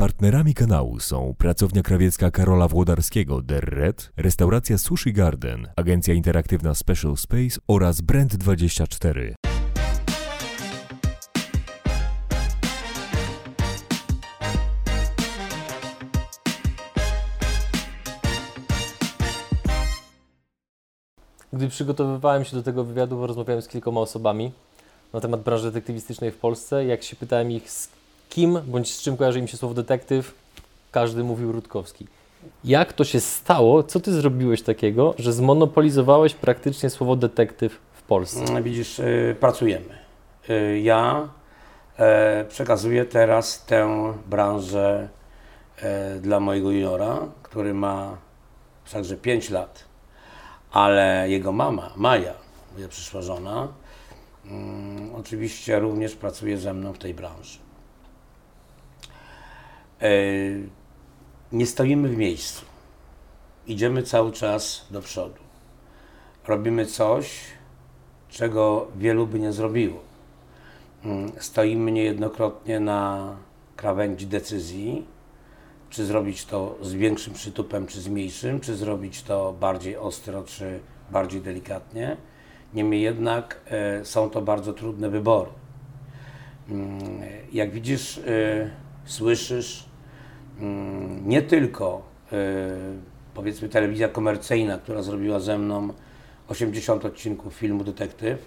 Partnerami kanału są pracownia krawiecka Karola Włodarskiego Der Red, restauracja Sushi Garden, agencja interaktywna Special Space oraz Brand24. Gdy przygotowywałem się do tego wywiadu, rozmawiałem z kilkoma osobami na temat branży detektywistycznej w Polsce. Jak się pytałem ich, z kim bądź z czym kojarzy im się słowo detektyw, każdy mówił Rutkowski. Jak to się stało? Co ty zrobiłeś takiego, że zmonopolizowałeś praktycznie słowo detektyw w Polsce? Widzisz, pracujemy. Ja przekazuję teraz tę branżę dla mojego juniora, który ma wszakże 5 lat. Ale jego mama, Maja, moja przyszła żona, oczywiście również pracuje ze mną w tej branży. Nie stoimy w miejscu. Idziemy cały czas do przodu. Robimy coś, czego wielu by nie zrobiło. Stoimy niejednokrotnie na krawędzi decyzji, czy zrobić to z większym przytupem, czy z mniejszym, czy zrobić to bardziej ostro, czy bardziej delikatnie. Niemniej jednak są to bardzo trudne wybory. Jak widzisz, słyszysz, nie tylko powiedzmy telewizja komercyjna, która zrobiła ze mną 80 odcinków filmu Detektyw,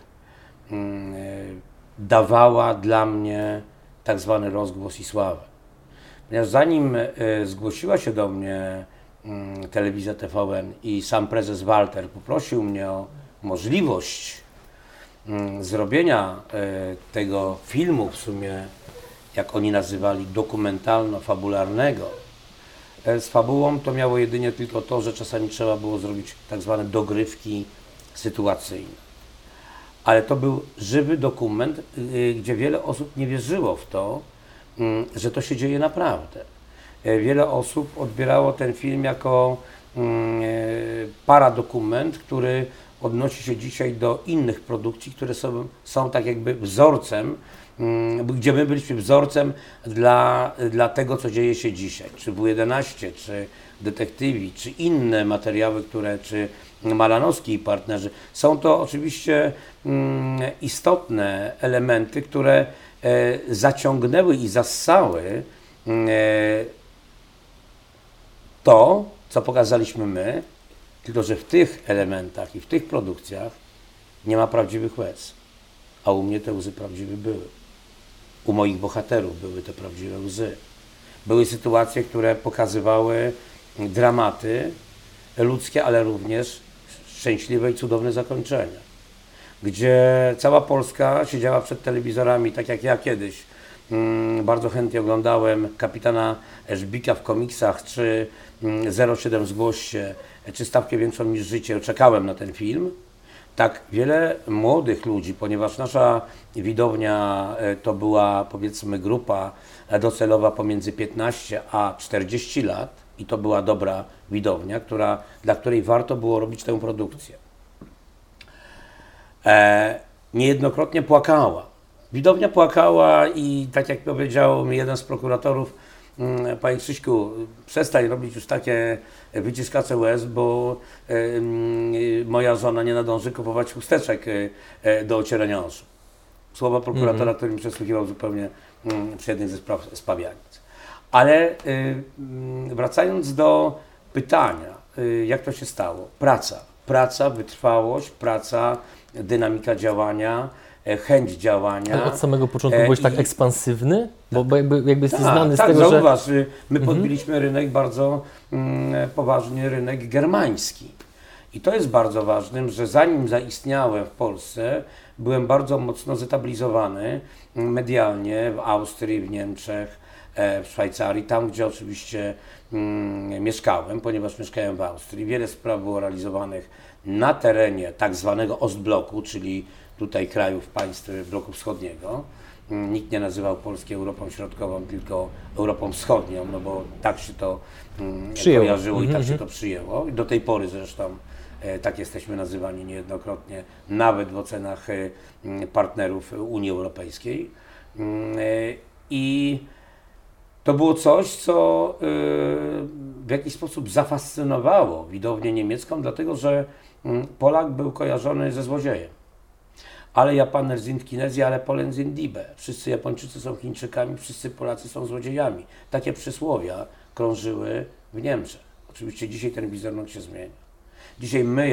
dawała dla mnie tak zwany rozgłos i sławę. Ponieważ zanim zgłosiła się do mnie telewizja TVN i sam prezes Walter poprosił mnie o możliwość zrobienia tego filmu, w sumie jak oni nazywali, dokumentalno-fabularnego, z fabułą, to miało jedynie tylko to, że czasami trzeba było zrobić tak zwane dogrywki sytuacyjne. Ale to był żywy dokument, gdzie wiele osób nie wierzyło w to, że to się dzieje naprawdę. Wiele osób odbierało ten film jako paradokument, który odnosi się dzisiaj do innych produkcji, które są tak jakby wzorcem, gdzie my byliśmy wzorcem dla tego, co dzieje się dzisiaj. Czy W11, czy Detektywi, czy inne materiały, czy Malanowski i partnerzy. Są to oczywiście istotne elementy, które zaciągnęły i zassały to, co pokazaliśmy my, tylko że w tych elementach i w tych produkcjach nie ma prawdziwych łez, a u mnie te łzy prawdziwe były. U moich bohaterów były te prawdziwe łzy. Były sytuacje, które pokazywały dramaty ludzkie, ale również szczęśliwe i cudowne zakończenia. Gdzie cała Polska siedziała przed telewizorami, tak jak ja kiedyś. Bardzo chętnie oglądałem Kapitana Żbika w komiksach, czy 07 Zgłoś się, czy Stawkę większą niż życie. Czekałem na ten film. Tak wiele młodych ludzi, ponieważ nasza widownia to była powiedzmy grupa docelowa pomiędzy 15 a 40 lat i to była dobra widownia, dla której warto było robić tę produkcję. Niejednokrotnie płakała. Widownia płakała i tak jak powiedział mi jeden z prokuratorów, panie Krzyśku, przestań robić już takie wyciskacze łez, bo moja żona nie nadąży kupować chusteczek do ocierania oczu. Słowa prokuratora, który mi przesłuchiwał zupełnie przy jednej ze spraw z Pabianic. Ale wracając do pytania, jak to się stało? Praca, wytrwałość, dynamika działania, chęć działania. Ale od samego początku byłeś tak ekspansywny? Bo jakby jesteś znany z tego, zauważ, że my podbiliśmy rynek bardzo poważny, rynek germański. I to jest bardzo ważnym, że zanim zaistniałem w Polsce, byłem bardzo mocno zetablizowany medialnie w Austrii, w Niemczech, w Szwajcarii, tam gdzie oczywiście mieszkałem, ponieważ mieszkałem w Austrii. Wiele spraw było realizowanych na terenie tak zwanego Ostbloku, czyli tutaj krajów, państw bloku wschodniego. Nikt nie nazywał Polski Europą Środkową, tylko Europą Wschodnią, no bo tak się to kojarzyło i tak się to przyjęło. I do tej pory zresztą tak jesteśmy nazywani niejednokrotnie, nawet w ocenach partnerów Unii Europejskiej. I to było coś, co w jakiś sposób zafascynowało widownię niemiecką, dlatego że Polak był kojarzony ze złodziejem. Ale Japaner sind Chinesi, ale Polen sind Diebe. Wszyscy Japończycy są Chińczykami, wszyscy Polacy są złodziejami. Takie przysłowia krążyły w Niemczech. Oczywiście dzisiaj ten wizerunek się zmienia. Dzisiaj my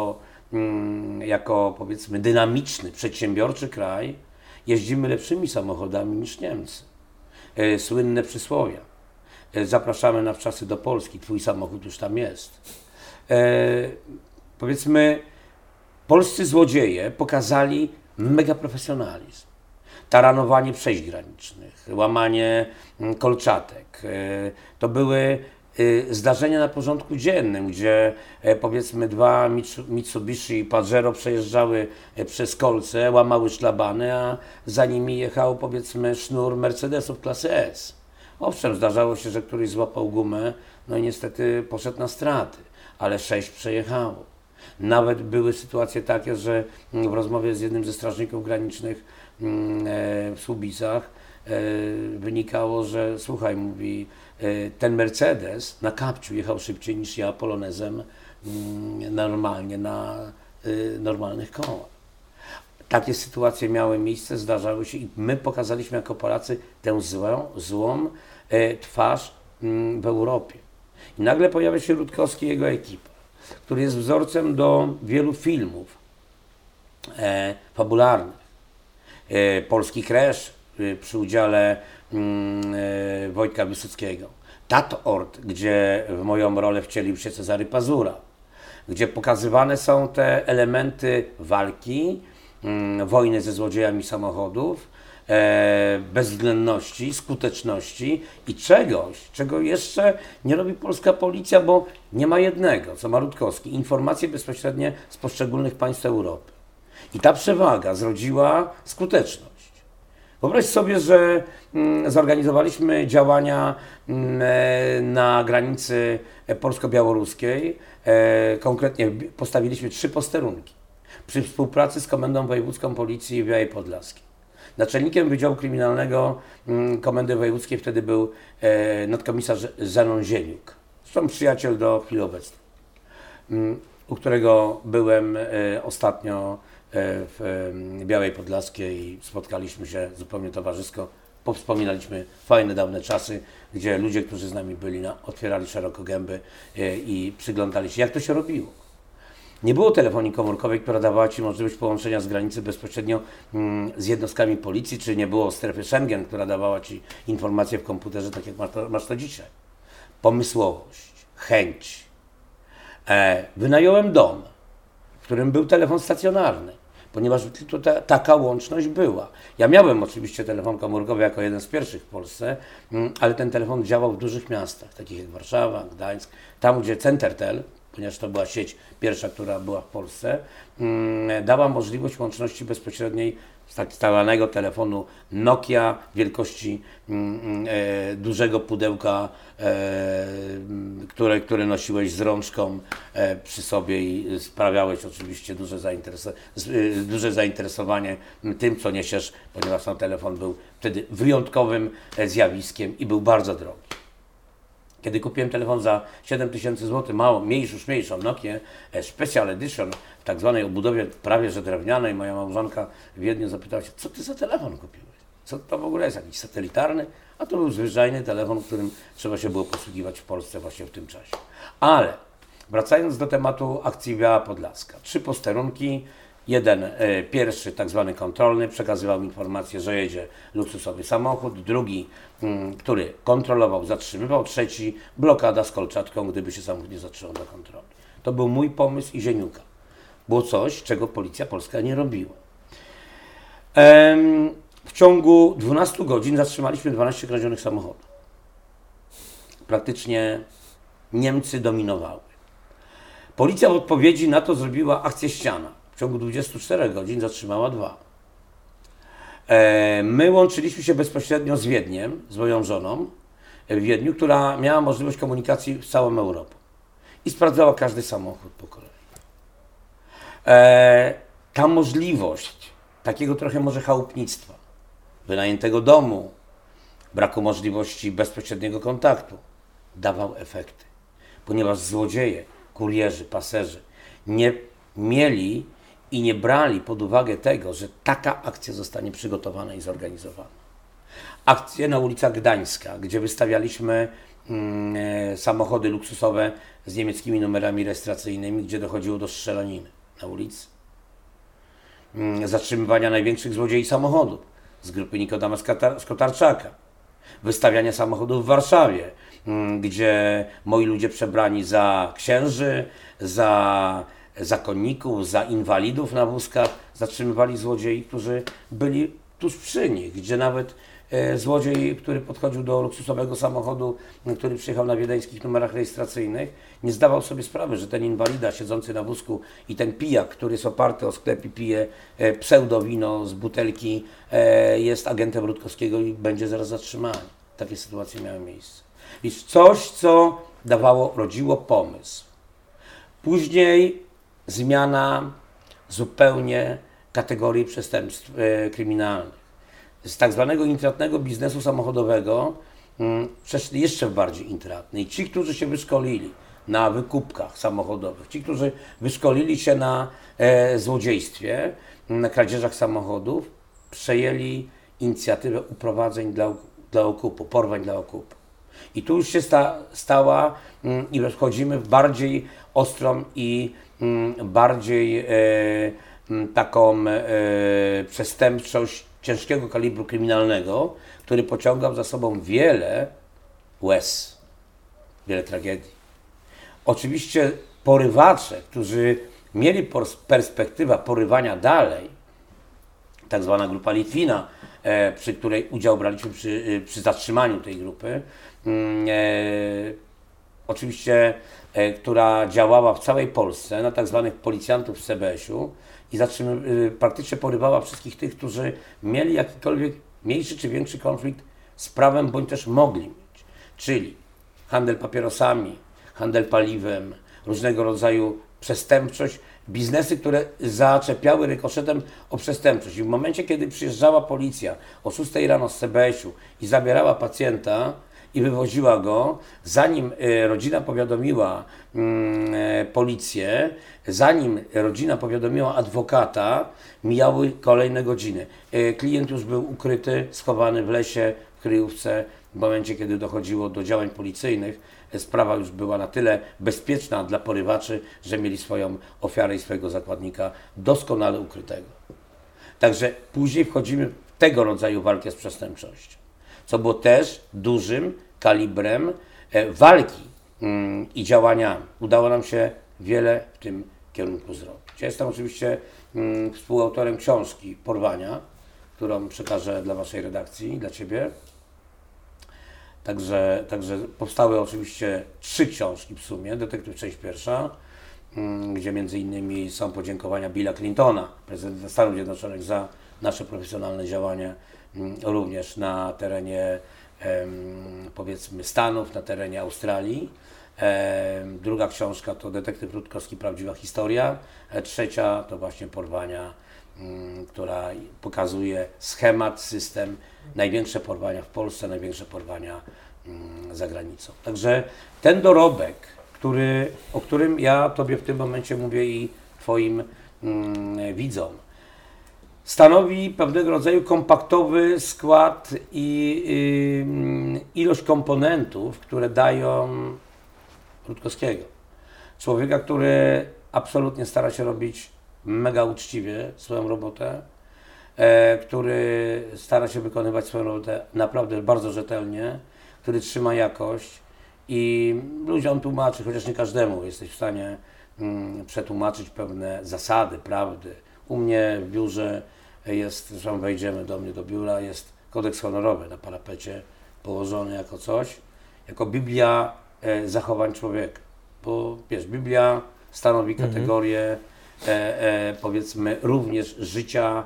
jako powiedzmy dynamiczny, przedsiębiorczy kraj jeździmy lepszymi samochodami niż Niemcy. Słynne przysłowia. Zapraszamy na wczasy do Polski, twój samochód już tam jest. Powiedzmy, polscy złodzieje pokazali mega profesjonalizm. Taranowanie przejść granicznych, łamanie kolczatek. To były zdarzenia na porządku dziennym, gdzie powiedzmy dwa Mitsubishi i Pajero przejeżdżały przez kolce, łamały szlabany, a za nimi jechał powiedzmy sznur Mercedesów klasy S. Owszem, zdarzało się, że któryś złapał gumę, no i niestety poszedł na straty, ale 6 przejechało. Nawet były sytuacje takie, że w rozmowie z jednym ze strażników granicznych w Słubicach wynikało, że słuchaj, mówi, ten Mercedes na kapciu jechał szybciej niż ja polonezem normalnie na normalnych kołach. Takie sytuacje miały miejsce, zdarzały się i my pokazaliśmy jako Polacy tę złą twarz w Europie. I nagle pojawia się Rutkowski i jego ekipa, który jest wzorcem do wielu filmów fabularnych. Polski Kresz przy udziale Wojtka Wysockiego. Tatort, gdzie w moją rolę wcielił się Cezary Pazura, gdzie pokazywane są te elementy walki, wojny ze złodziejami samochodów, bezwzględności, skuteczności i czegoś, czego jeszcze nie robi polska policja, bo nie ma jednego, co ma Rutkowski, informacje bezpośrednie z poszczególnych państw Europy. I ta przewaga zrodziła skuteczność. Wyobraź sobie, że zorganizowaliśmy działania na granicy polsko-białoruskiej, konkretnie postawiliśmy 3 posterunki przy współpracy z Komendą Wojewódzką Policji w Białej Podlaskiej. Naczelnikiem Wydziału Kryminalnego Komendy Wojewódzkiej wtedy był nadkomisarz Zenon Zieniuk, zresztą przyjaciel do chwili obecnej, u którego byłem ostatnio w Białej Podlaskiej i spotkaliśmy się zupełnie towarzysko, powspominaliśmy fajne, dawne czasy, gdzie ludzie, którzy z nami byli, otwierali szeroko gęby i przyglądali się, jak to się robiło. Nie było telefonii komórkowej, która dawała Ci możliwość połączenia z granicy bezpośrednio z jednostkami policji, czy nie było strefy Schengen, która dawała Ci informacje w komputerze, tak jak masz to dzisiaj. Pomysłowość, chęć. Wynająłem dom, w którym był telefon stacjonarny, ponieważ taka łączność była. Ja miałem oczywiście telefon komórkowy jako jeden z pierwszych w Polsce, ale ten telefon działał w dużych miastach, takich jak Warszawa, Gdańsk, tam gdzie Centertel, ponieważ to była sieć pierwsza, która była w Polsce, dała możliwość łączności bezpośredniej z tak zwanego telefonu Nokia wielkości dużego pudełka, które nosiłeś z rączką przy sobie i sprawiałeś oczywiście duże zainteresowanie tym, co niesiesz, ponieważ ten telefon był wtedy wyjątkowym zjawiskiem i był bardzo drogi. Kiedy kupiłem telefon za 7000 zł, mniejszą Nokię, Special Edition, w tak zwanej obudowie prawie że drewnianej, moja małżonka w Wiedniu zapytała się, co ty za telefon kupiłeś? Co to w ogóle jest? Jakiś satelitarny? A to był zwyczajny telefon, którym trzeba się było posługiwać w Polsce właśnie w tym czasie. Ale wracając do tematu akcji Biała Podlaska. 3 posterunki. Jeden, pierwszy, tak zwany kontrolny, przekazywał informację, że jedzie luksusowy samochód. Drugi, który kontrolował, zatrzymywał. Trzeci, blokada z kolczatką, gdyby się samochód nie zatrzymał do kontroli. To był mój pomysł i Zieniuka. Było coś, czego policja polska nie robiła. W ciągu 12 godzin zatrzymaliśmy 12 kradzionych samochodów. Praktycznie Niemcy dominowały. Policja w odpowiedzi na to zrobiła akcję ściana. W ciągu 24 godzin zatrzymała 2. My łączyliśmy się bezpośrednio z Wiedniem, z moją żoną w Wiedniu, która miała możliwość komunikacji z całą Europą i sprawdzała każdy samochód po kolei. Ta możliwość takiego trochę może chałupnictwa, wynajętego domu, braku możliwości bezpośredniego kontaktu dawał efekty, ponieważ złodzieje, kurierzy, paserzy nie mieli i nie brali pod uwagę tego, że taka akcja zostanie przygotowana i zorganizowana. Akcje na ulicach Gdańska, gdzie wystawialiśmy samochody luksusowe z niemieckimi numerami rejestracyjnymi, gdzie dochodziło do strzelaniny na ulicy. Zatrzymywania największych złodziei samochodów z grupy Nikodema Skotarczaka. Wystawiania samochodów w Warszawie, gdzie moi ludzie przebrani za księży, za zakonników, za inwalidów na wózkach zatrzymywali złodziei, którzy byli tuż przy nich, gdzie nawet złodziej, który podchodził do luksusowego samochodu, który przyjechał na wiedeńskich numerach rejestracyjnych, nie zdawał sobie sprawy, że ten inwalida siedzący na wózku i ten pijak, który jest oparty o sklep i pije pseudowino z butelki, jest agentem Rutkowskiego i będzie zaraz zatrzymany. Takie sytuacje miały miejsce. Więc coś, co rodziło pomysł. Później zmiana zupełnie kategorii przestępstw kryminalnych. Z tak zwanego intratnego biznesu samochodowego przeszli jeszcze w bardziej intratny. I ci, którzy się wyszkolili na wykupkach samochodowych, ci, którzy wyszkolili się na złodziejstwie, na kradzieżach samochodów, przejęli inicjatywę uprowadzeń dla okupu, porwań dla okupu. I tu już się stała i wchodzimy w bardziej ostrą i bardziej taką przestępczość ciężkiego kalibru kryminalnego, który pociągał za sobą wiele łez, wiele tragedii. Oczywiście porywacze, którzy mieli perspektywę porywania dalej, tak zwana grupa Litwina, przy której udział braliśmy przy zatrzymaniu tej grupy, oczywiście, która działała w całej Polsce na tak zwanych policjantów z CBS-u i praktycznie porywała wszystkich tych, którzy mieli jakikolwiek mniejszy czy większy konflikt z prawem, bądź też mogli mieć. Czyli handel papierosami, handel paliwem, różnego rodzaju przestępczość, biznesy, które zaczepiały rykoszetem o przestępczość. I w momencie, kiedy przyjeżdżała policja o 6 rano z CBS-u i zabierała pacjenta i wywoziła go, zanim rodzina powiadomiła policję, zanim rodzina powiadomiła adwokata, mijały kolejne godziny. Klient już był ukryty, schowany w lesie, w kryjówce. W momencie, kiedy dochodziło do działań policyjnych, sprawa już była na tyle bezpieczna dla porywaczy, że mieli swoją ofiarę i swojego zakładnika doskonale ukrytego. Także później wchodzimy w tego rodzaju walkę z przestępczością, co było też dużym kalibrem walki i działaniami. Udało nam się wiele w tym kierunku zrobić. Ja jestem oczywiście współautorem książki Porwania, którą przekażę dla Waszej redakcji, dla Ciebie. Także powstały oczywiście 3 książki w sumie, Detektyw część pierwsza, gdzie między innymi są podziękowania Billa Clintona, prezydenta Stanów Zjednoczonych, za nasze profesjonalne działania również na terenie powiedzmy Stanów, na terenie Australii. Druga książka to Detektyw Rutkowski, prawdziwa historia. Trzecia to właśnie Porwania, która pokazuje schemat, system, największe porwania w Polsce, największe porwania za granicą. Także ten dorobek, o którym ja Tobie w tym momencie mówię i Twoim widzom, stanowi pewnego rodzaju kompaktowy skład i ilość komponentów, które dają Rutkowskiego. Człowieka, który absolutnie stara się robić mega uczciwie swoją robotę, który stara się wykonywać swoją robotę naprawdę bardzo rzetelnie, który trzyma jakość i ludziom tłumaczy, chociaż nie każdemu jesteś w stanie przetłumaczyć pewne zasady, prawdy. U mnie w biurze jest, zresztą wejdziemy do mnie do biura, jest kodeks honorowy na parapecie położony jako coś, jako Biblia zachowań człowieka. Bo wiesz, Biblia stanowi kategorię powiedzmy również życia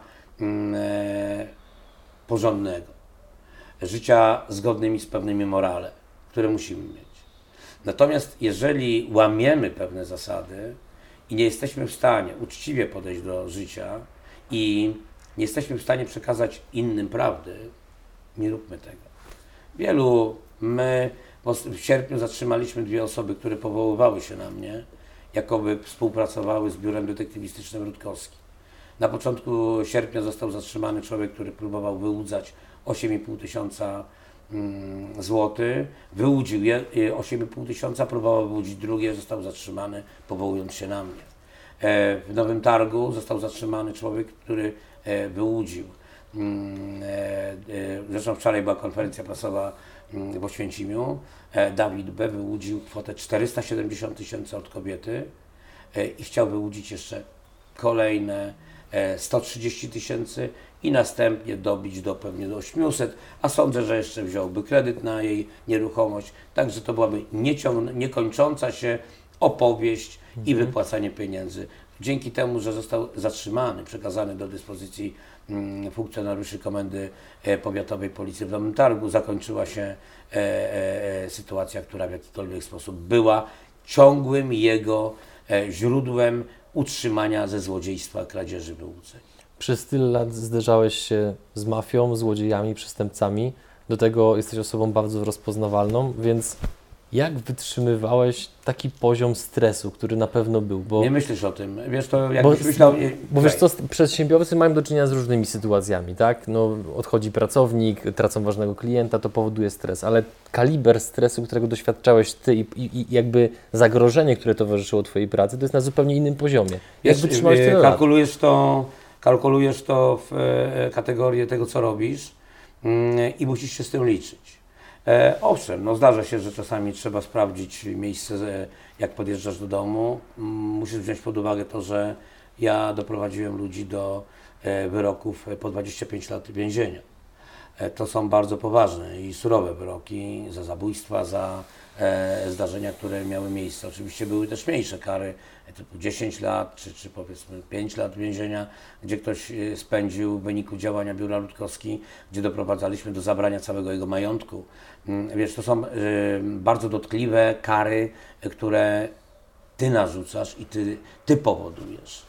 porządnego, życia zgodnymi z pewnymi morale, które musimy mieć. Natomiast jeżeli łamiemy pewne zasady i nie jesteśmy w stanie uczciwie podejść do życia i nie jesteśmy w stanie przekazać innym prawdy, nie róbmy tego. My w sierpniu zatrzymaliśmy 2 osoby, które powoływały się na mnie, jakoby współpracowały z biurem detektywistycznym Rutkowskim. Na początku sierpnia został zatrzymany człowiek, który próbował wyłudzać 8,5 tysiąca złotych. Wyłudził 8,5 tysiąca, próbował wyłudzić drugie, został zatrzymany, powołując się na mnie. W Nowym Targu został zatrzymany człowiek, który wyłudził. Zresztą wczoraj była konferencja prasowa w Oświęcimiu. Dawid B. wyłudził kwotę 470 tysięcy od kobiety i chciał wyłudzić jeszcze kolejne 130 tysięcy i następnie dobić pewnie do 800, a sądzę, że jeszcze wziąłby kredyt na jej nieruchomość. Także to byłaby niekończąca się opowieść i wypłacanie pieniędzy. Dzięki temu, że został zatrzymany, przekazany do dyspozycji funkcjonariuszy Komendy Powiatowej Policji w Nowym Targu, zakończyła się sytuacja, która w jakikolwiek sposób była ciągłym jego źródłem utrzymania ze złodziejstwa, kradzieży, wyłudzeń. Przez tyle lat zderzałeś się z mafią, złodziejami, przestępcami. Do tego jesteś osobą bardzo rozpoznawalną, więc jak wytrzymywałeś taki poziom stresu, który na pewno był? Bo, nie myślisz o tym. Wiesz, to jakbyś myślał... Bo wiesz co, przedsiębiorcy mają do czynienia z różnymi sytuacjami, tak? No, odchodzi pracownik, tracą ważnego klienta, to powoduje stres, ale kaliber stresu, którego doświadczałeś Ty i jakby zagrożenie, które towarzyszyło Twojej pracy, to jest na zupełnie innym poziomie. Jak wytrzymałeś tyle lat? Kalkulujesz to w kategorię tego, co robisz i musisz się z tym liczyć. Owszem, no zdarza się, że czasami trzeba sprawdzić miejsce, jak podjeżdżasz do domu. Musisz wziąć pod uwagę to, że ja doprowadziłem ludzi do wyroków po 25 lat więzienia. To są bardzo poważne i surowe wyroki za zabójstwa, za zdarzenia, które miały miejsce. Oczywiście były też mniejsze kary, typu 10 lat, czy powiedzmy 5 lat więzienia, gdzie ktoś spędził w wyniku działania biura Rutkowski, gdzie doprowadzaliśmy do zabrania całego jego majątku. Wiesz, to są bardzo dotkliwe kary, które Ty narzucasz i Ty powodujesz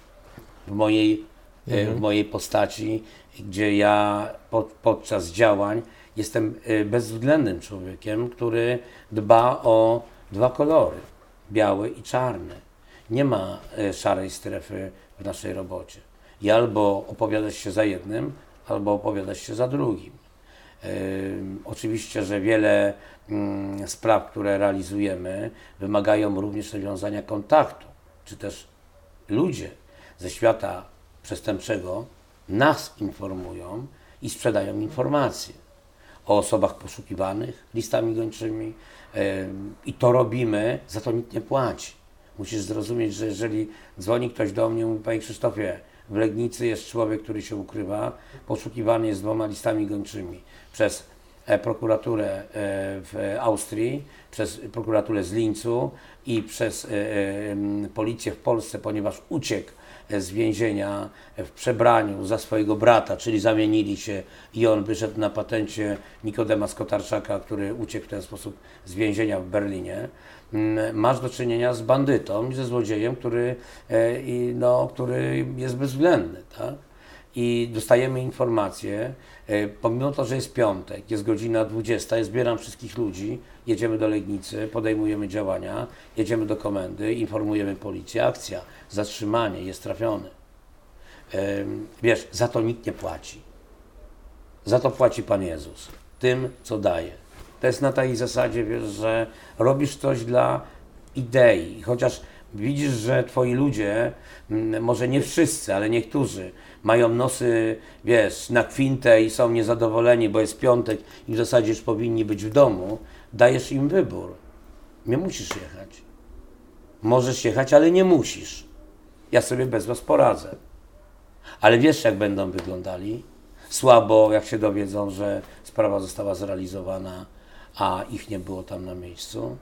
w mojej postaci, gdzie ja podczas działań jestem bezwzględnym człowiekiem, który dba o 2 kolory, biały i czarny. Nie ma szarej strefy w naszej robocie. I albo opowiadasz się za jednym, albo opowiadasz się za drugim. Oczywiście, że wiele spraw, które realizujemy, wymagają również nawiązania kontaktu, czy też ludzie ze świata przestępczego nas informują i sprzedają informacje o osobach poszukiwanych listami gończymi i to robimy, za to nikt nie płaci. Musisz zrozumieć, że jeżeli dzwoni ktoś do mnie i mówi: Panie Krzysztofie, w Legnicy jest człowiek, który się ukrywa, poszukiwany jest 2 listami gończymi przez prokuraturę w Austrii, przez prokuraturę z Lincu i przez policję w Polsce, ponieważ uciekł z więzienia w przebraniu za swojego brata, czyli zamienili się i on wyszedł na patencie Nikodema Skotarczaka, który uciekł w ten sposób z więzienia w Berlinie. Masz do czynienia z bandytą, ze złodziejem, który jest bezwzględny, tak? I dostajemy informację, pomimo to, że jest piątek, jest godzina 20, ja zbieram wszystkich ludzi, jedziemy do Legnicy, podejmujemy działania, jedziemy do komendy, informujemy policję, akcja, zatrzymanie, jest trafiony. Wiesz, za to nikt nie płaci. Za to płaci Pan Jezus, tym, co daje. To jest na tej zasadzie, wiesz, że robisz coś dla idei, chociaż widzisz, że Twoi ludzie, może nie wszyscy, ale niektórzy, mają nosy, wiesz, na kwintę i są niezadowoleni, bo jest piątek i w zasadzie już powinni być w domu, dajesz im wybór. Nie musisz jechać. Możesz jechać, ale nie musisz. Ja sobie bez Was poradzę. Ale wiesz, jak będą wyglądali? Słabo, jak się dowiedzą, że sprawa została zrealizowana, a ich nie było tam na miejscu.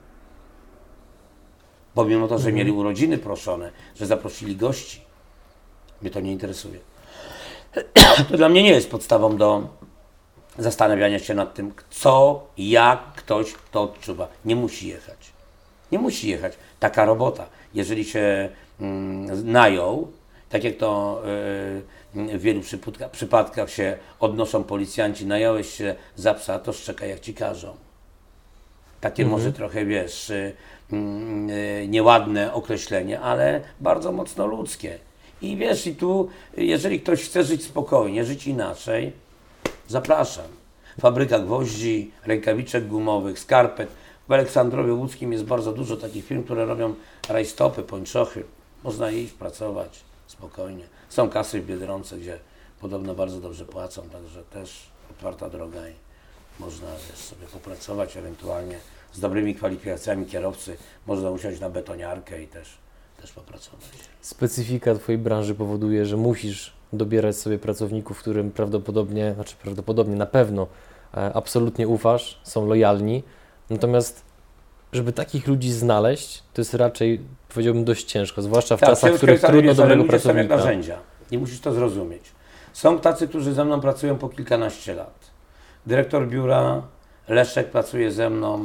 Pomimo to, że mieli urodziny proszone, że zaprosili gości. Mnie to nie interesuje. To dla mnie nie jest podstawą do zastanawiania się nad tym, co, jak ktoś to odczuwa. Nie musi jechać. Nie musi jechać. Taka robota. Jeżeli się najął Tak jak to w wielu przypadkach się odnoszą policjanci, nająłeś się za psa, to szczekaj jak ci każą. Takie może trochę, wiesz, nieładne określenie, ale bardzo mocno ludzkie. I wiesz, i tu, jeżeli ktoś chce żyć spokojnie, żyć inaczej, zapraszam. Fabryka gwoździ, rękawiczek gumowych, skarpet. W Aleksandrowie Łódzkim jest bardzo dużo takich firm, które robią rajstopy, pończochy. Można iść, pracować spokojnie. Są kasy w Biedronce, gdzie podobno bardzo dobrze płacą, także też otwarta droga i można sobie popracować, ewentualnie z dobrymi kwalifikacjami kierowcy można usiąść na betoniarkę i też popracować. Specyfika Twojej branży powoduje, że musisz dobierać sobie pracowników, którym prawdopodobnie na pewno absolutnie ufasz, są lojalni. Natomiast, żeby takich ludzi znaleźć, to jest raczej, powiedziałbym, dość ciężko, zwłaszcza w czasach, w których trudno dobrego ludzie są jak pracownika. narzędzia i musisz to zrozumieć. Są tacy, którzy ze mną pracują po kilkanaście lat. Dyrektor biura Leszek pracuje ze mną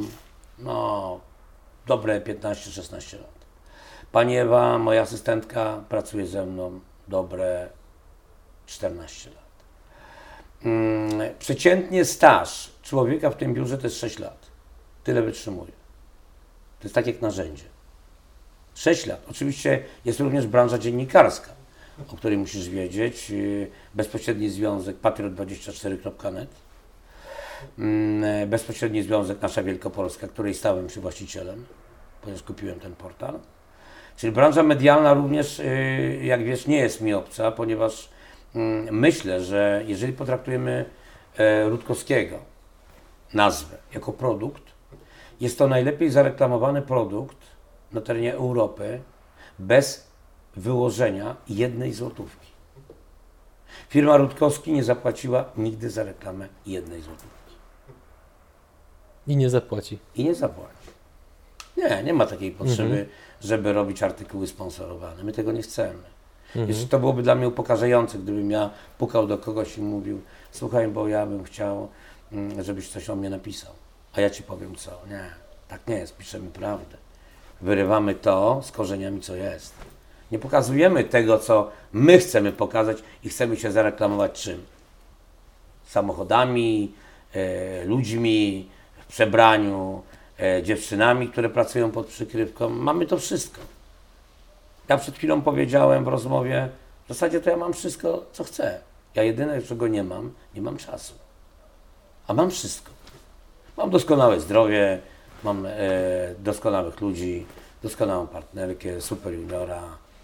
dobre 15-16 lat. Pani Ewa, moja asystentka, pracuje ze mną dobre 14 lat. Przeciętnie staż człowieka w tym biurze to jest 6 lat. Tyle wytrzymuje. To jest tak jak narzędzie. 6 lat. Oczywiście jest również branża dziennikarska, o której musisz wiedzieć. Bezpośredni związek patriot24.net. Bezpośredni związek Nasza Wielkopolska, której stałem się właścicielem, ponieważ kupiłem ten portal. Czyli branża medialna również, jak wiesz, nie jest mi obca, ponieważ myślę, że jeżeli potraktujemy Rutkowskiego, nazwę, jako produkt, jest to najlepiej zareklamowany produkt na terenie Europy bez wyłożenia jednej złotówki. Firma Rutkowski nie zapłaciła nigdy za reklamę jednej złotówki. I nie zapłaci. I nie zapłaci. Nie ma takiej potrzeby, żeby robić artykuły sponsorowane. My tego nie chcemy. Jeszcze to byłoby dla mnie upokarzające, gdybym ja pukał do kogoś i mówił: słuchaj, bo ja bym chciał, żebyś coś o mnie napisał. A ja ci powiem co. Nie, tak nie jest. Piszemy prawdę. Wyrywamy to z korzeniami, co jest. Nie pokazujemy tego, co my chcemy pokazać i chcemy się zareklamować czym? Samochodami, ludźmi w przebraniu, dziewczynami, które pracują pod przykrywką. Mamy to wszystko. Ja przed chwilą powiedziałem w rozmowie, w zasadzie to ja mam wszystko, co chcę. Ja jedyne, czego nie mam czasu. A mam wszystko. Mam doskonałe zdrowie, mam doskonałych ludzi, doskonałą partnerkę, super juniora.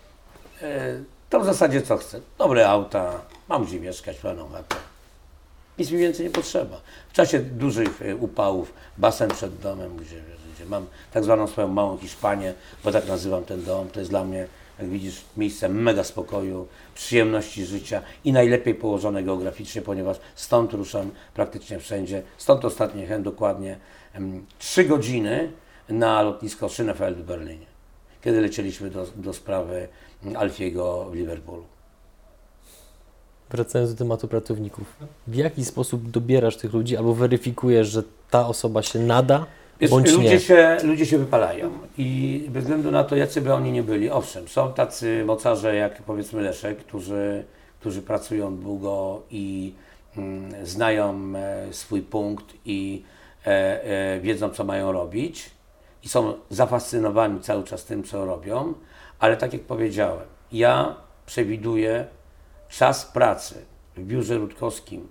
To w zasadzie co chcę. Dobre auta, mam gdzie mieszkać, pełną chatę. Nic mi więcej nie potrzeba. W czasie dużych upałów, basen przed domem, gdzie mam tak zwaną swoją małą Hiszpanię, bo tak nazywam ten dom. To jest dla mnie, jak widzisz, miejsce mega spokoju, przyjemności życia i najlepiej położone geograficznie, ponieważ stąd ruszam praktycznie wszędzie. Stąd ostatnio jechałem dokładnie 3 godziny na lotnisko Schönefeld w Berlinie, kiedy lecieliśmy do sprawy Alfiego w Liverpoolu. Wracając do tematu pracowników, w jaki sposób dobierasz tych ludzi albo weryfikujesz, że ta osoba się nada, bądź nie? Ludzie się wypalają i bez względu na to, jacy by oni nie byli, owszem, są tacy mocarze jak powiedzmy Leszek, którzy pracują długo i znają swój punkt i wiedzą, co mają robić i są zafascynowani cały czas tym, co robią, ale tak jak powiedziałem, ja przewiduję czas pracy w biurze Rutkowskim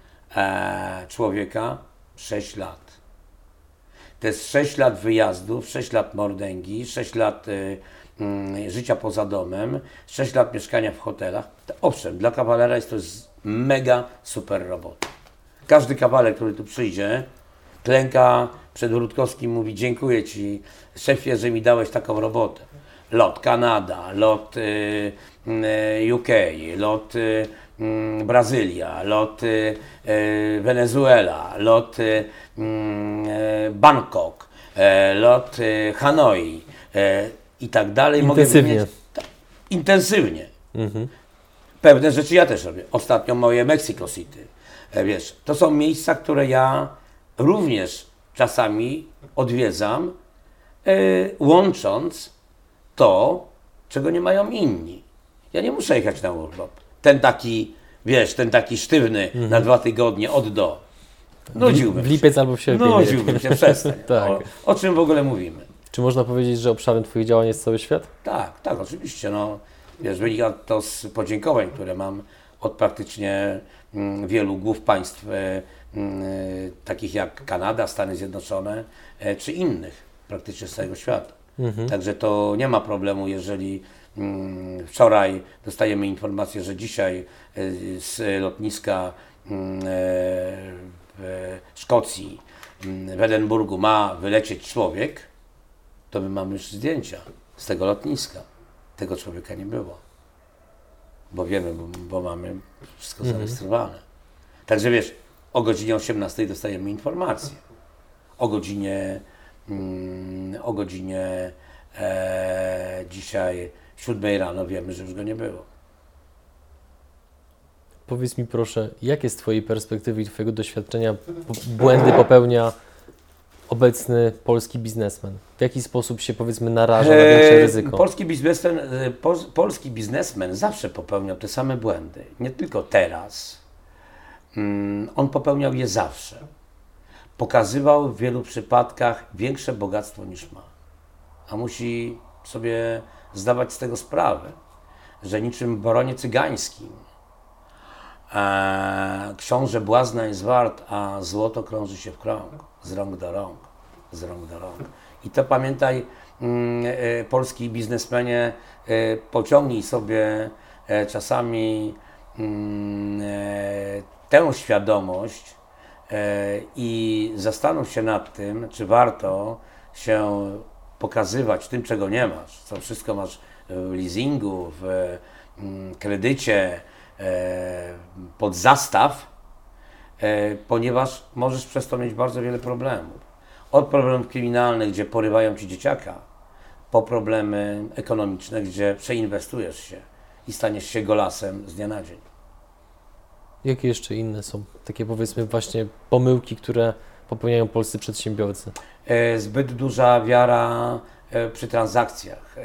człowieka 6 lat. To jest 6 lat wyjazdów, 6 lat mordęgi, 6 lat życia poza domem, 6 lat mieszkania w hotelach. Owszem, dla kawalera jest to mega super robota. Każdy kawaler, który tu przyjdzie, klęka przed Rutkowskim, mówi: dziękuję Ci, szefie, że mi dałeś taką robotę. Lot Kanada, lot UK, lot Brazylia, lot Wenezuela, lot Bangkok, lot Hanoi i tak dalej. Intensywnie. Intensywnie. Pewne rzeczy ja też robię. Ostatnio moje Mexico City. Wiesz, to są miejsca, które ja również czasami odwiedzam, łącząc to, czego nie mają inni. Ja nie muszę jechać na urlop. Ten taki sztywny na 2 tygodnie od do. Nudziłbym W lipiec albo w sierpniu. Nudziłbym się, przestań. Tak. O czym w ogóle mówimy? Czy można powiedzieć, że obszarem Twoich działań jest cały świat? Tak, oczywiście. No, wiesz, wynika to z podziękowań, które mam od praktycznie wielu głów państw, takich jak Kanada, Stany Zjednoczone, czy innych praktycznie z całego świata. Także to nie ma problemu, jeżeli wczoraj dostajemy informację, że dzisiaj z lotniska w Szkocji, w Edynburgu ma wylecieć człowiek, to my mamy już zdjęcia z tego lotniska. Tego człowieka nie było. Bo wiemy, bo mamy wszystko zarejestrowane. Także wiesz, o godzinie 18 dostajemy informację. O godzinie dzisiaj 7 rano wiemy, że już go nie było. Powiedz mi proszę, jakie z Twojej perspektywy i Twojego doświadczenia błędy popełnia obecny polski biznesmen? W jaki sposób się, powiedzmy, naraża na większe ryzyko? Polski biznesmen zawsze popełniał te same błędy. Nie tylko teraz. On popełniał je zawsze. Pokazywał w wielu przypadkach większe bogactwo niż ma. A musi sobie zdawać z tego sprawę, że niczym w baronie cygańskim książę błazna jest wart, a złoto krąży się w krąg, z rąk do rąk, z rąk do rąk. I to pamiętaj, polski biznesmenie, pociągnij sobie czasami tę świadomość i zastanów się nad tym, czy warto się pokazywać tym, czego nie masz, co wszystko masz w leasingu, w kredycie, pod zastaw, ponieważ możesz przez to mieć bardzo wiele problemów. Od problemów kryminalnych, gdzie porywają ci dzieciaka, po problemy ekonomiczne, gdzie przeinwestujesz się i staniesz się golasem z dnia na dzień. Jakie jeszcze inne są takie, powiedzmy, właśnie pomyłki, które popełniają polscy przedsiębiorcy? Zbyt duża wiara przy transakcjach.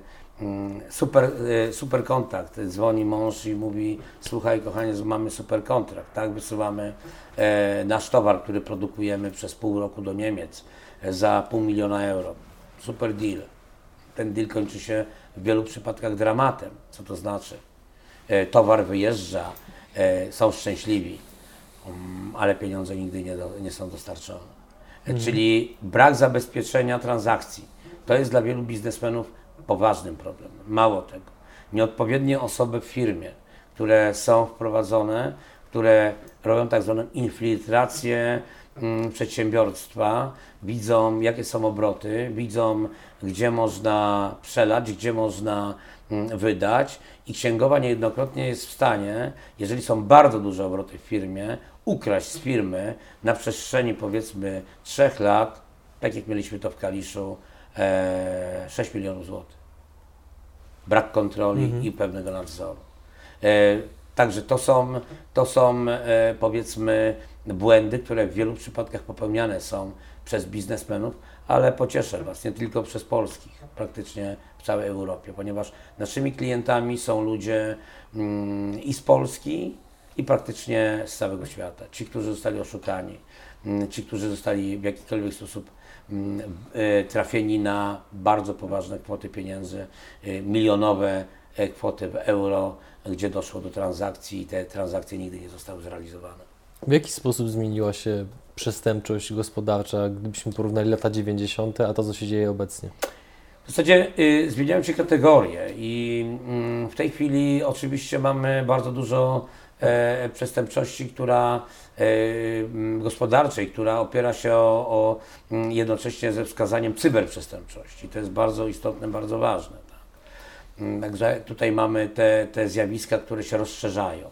Super kontakt. Dzwoni mąż i mówi: słuchaj, kochanie, mamy super kontrakt, tak? Wysyłamy nasz towar, który produkujemy przez pół roku do Niemiec za $500 000 euro. Super deal. Ten deal kończy się w wielu przypadkach dramatem. Co to znaczy? Towar wyjeżdża, są szczęśliwi, ale pieniądze nigdy nie są dostarczone. Czyli brak zabezpieczenia transakcji. To jest dla wielu biznesmenów poważnym problemem. Mało tego, nieodpowiednie osoby w firmie, które są wprowadzone, które robią tak zwaną infiltrację przedsiębiorstwa, widzą, jakie są obroty, widzą, gdzie można przelać, gdzie można wydać, i księgowa niejednokrotnie jest w stanie, jeżeli są bardzo duże obroty w firmie, ukraść z firmy na przestrzeni, powiedzmy, 3 lat, tak jak mieliśmy to w Kaliszu, 6 milionów złotych. Brak kontroli i pewnego nadzoru. Także to są powiedzmy błędy, które w wielu przypadkach popełniane są przez biznesmenów, ale pocieszę Was, nie tylko przez polskich, praktycznie w całej Europie, ponieważ naszymi klientami są ludzie i z Polski, i praktycznie z całego świata. Ci, którzy zostali oszukani, ci, którzy zostali w jakikolwiek sposób trafieni na bardzo poważne kwoty pieniędzy, milionowe kwoty w euro, gdzie doszło do transakcji i te transakcje nigdy nie zostały zrealizowane. W jaki sposób zmieniła się przestępczość gospodarcza, gdybyśmy porównali lata 90., a to, co się dzieje obecnie? W zasadzie zmieniają się kategorie i w tej chwili oczywiście mamy bardzo dużo przestępczości, gospodarczej, która opiera się jednocześnie ze wskazaniem cyberprzestępczości. To jest bardzo istotne, bardzo ważne. Tak? Także tutaj mamy te zjawiska, które się rozszerzają,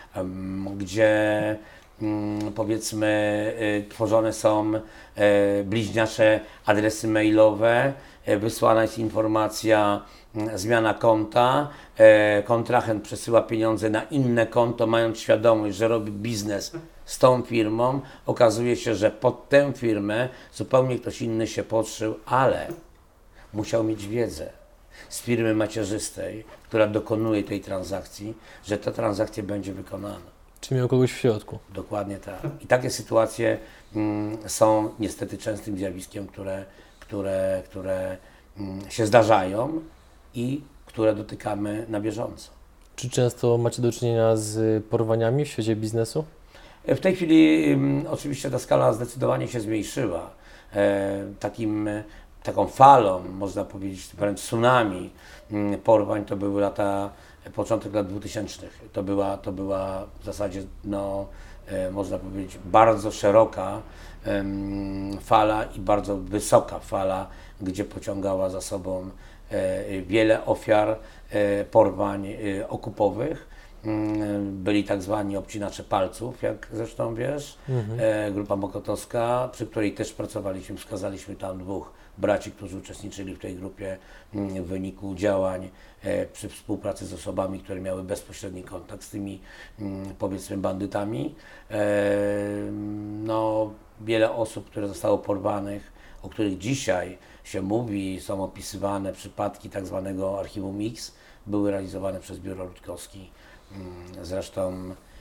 gdzie powiedzmy tworzone są bliźniacze adresy mailowe, wysłana jest informacja, zmiana konta, kontrahent przesyła pieniądze na inne konto, mając świadomość, że robi biznes z tą firmą. Okazuje się, że pod tę firmę zupełnie ktoś inny się podszył, ale musiał mieć wiedzę, z firmy macierzystej, która dokonuje tej transakcji, że ta transakcja będzie wykonana. Czy miał kogoś w środku? Dokładnie tak. I takie sytuacje są niestety częstym zjawiskiem, które się zdarzają i które dotykamy na bieżąco. Czy często macie do czynienia z porwaniami w świecie biznesu? W tej chwili oczywiście ta skala zdecydowanie się zmniejszyła. Taką falą, można powiedzieć, wręcz tsunami porwań to były początek lat 2000. To była w zasadzie, można powiedzieć, bardzo szeroka fala i bardzo wysoka fala, gdzie pociągała za sobą wiele ofiar porwań okupowych. Byli tak zwani obcinacze palców, jak zresztą wiesz, grupa mokotowska, przy której też pracowaliśmy, wskazaliśmy tam 2 braci, którzy uczestniczyli w tej grupie w wyniku działań przy współpracy z osobami, które miały bezpośredni kontakt z tymi, powiedzmy, bandytami. Wiele osób, które zostało porwanych, o których dzisiaj się mówi, są opisywane przypadki tak zwanego Archiwum X, były realizowane przez Biuro Rutkowskie. Zresztą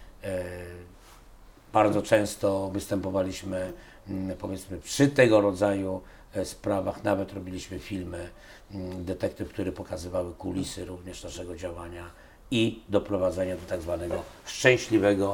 bardzo często występowaliśmy, powiedzmy, przy tego rodzaju sprawach, nawet robiliśmy filmy detektyw, które pokazywały kulisy również naszego działania i doprowadzenia do tak zwanego szczęśliwego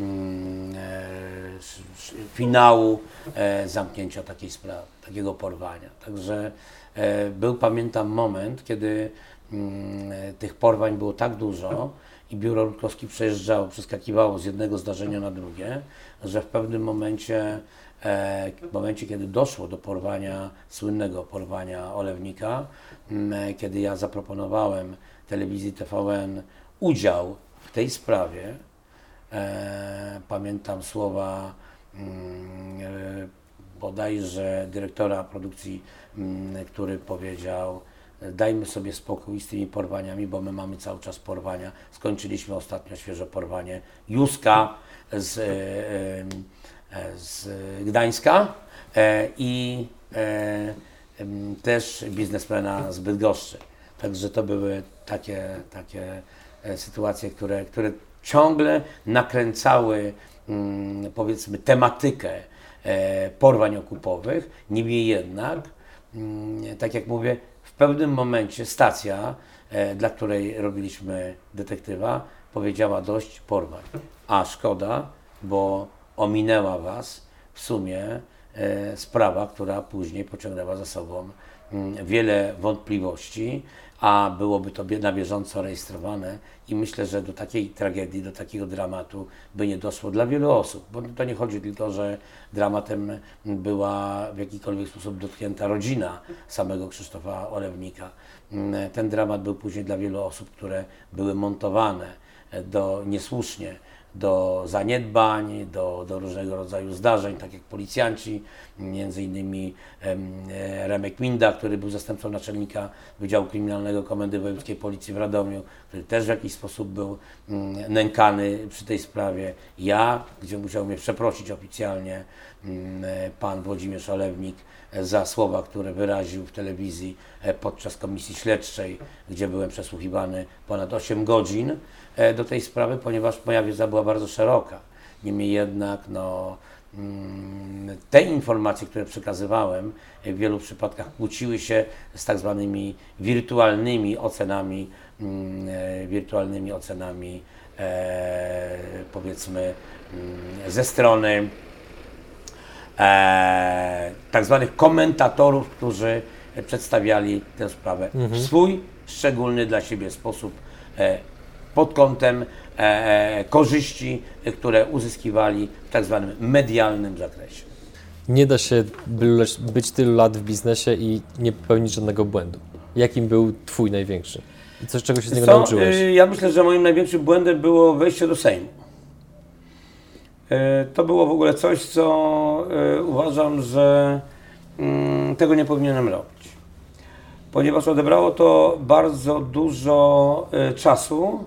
finału zamknięcia takiej sprawy, takiego porwania. Także pamiętam moment, kiedy tych porwań było tak dużo i Biuro Rutkowskie przeskakiwało z jednego zdarzenia na drugie, że w pewnym momencie, kiedy doszło do słynnego porwania Olewnika, kiedy ja zaproponowałem telewizji TVN udział w tej sprawie, pamiętam słowa bodajże dyrektora produkcji, który powiedział: dajmy sobie spokój z tymi porwaniami, bo my mamy cały czas porwania. Skończyliśmy ostatnio świeże porwanie Józka z Gdańska i też biznesmena z Bydgoszczy. Także to były takie sytuacje, które ciągle nakręcały, powiedzmy, tematykę porwań okupowych. Niemniej jednak, tak jak mówię, w pewnym momencie stacja, dla której robiliśmy detektywa, powiedziała: dość porwań. A szkoda, bo ominęła Was w sumie sprawa, która później pociągnęła za sobą wiele wątpliwości, a byłoby to na bieżąco rejestrowane i myślę, że do takiej tragedii, do takiego dramatu by nie doszło dla wielu osób, bo to nie chodzi tylko, że dramatem była w jakikolwiek sposób dotknięta rodzina samego Krzysztofa Olewnika. Ten dramat był później dla wielu osób, które były montowane niesłusznie do zaniedbań, do różnego rodzaju zdarzeń, tak jak policjanci, między innymi Remek Minda, który był zastępcą naczelnika Wydziału Kryminalnego Komendy Wojewódzkiej Policji w Radomiu, który też w jakiś sposób był nękany przy tej sprawie. Ja, gdzie musiał mnie przeprosić oficjalnie pan Włodzimierz Olewnik za słowa, które wyraził w telewizji podczas komisji śledczej, gdzie byłem przesłuchiwany ponad 8 godzin do tej sprawy, ponieważ moja wiedza była bardzo szeroka. Niemniej jednak te informacje, które przekazywałem, w wielu przypadkach kłóciły się z tak zwanymi wirtualnymi ocenami, powiedzmy, ze strony tak zwanych komentatorów, którzy przedstawiali tę sprawę w swój szczególny dla siebie sposób, pod kątem korzyści, które uzyskiwali w tak zwanym medialnym zakresie. Nie da się być tylu lat w biznesie i nie popełnić żadnego błędu. Jakim był Twój największy? I czego się z niego nauczyłeś? Ja myślę, że moim największym błędem było wejście do Sejmu. To było w ogóle coś, co uważam, że tego nie powinienem robić. Ponieważ odebrało to bardzo dużo czasu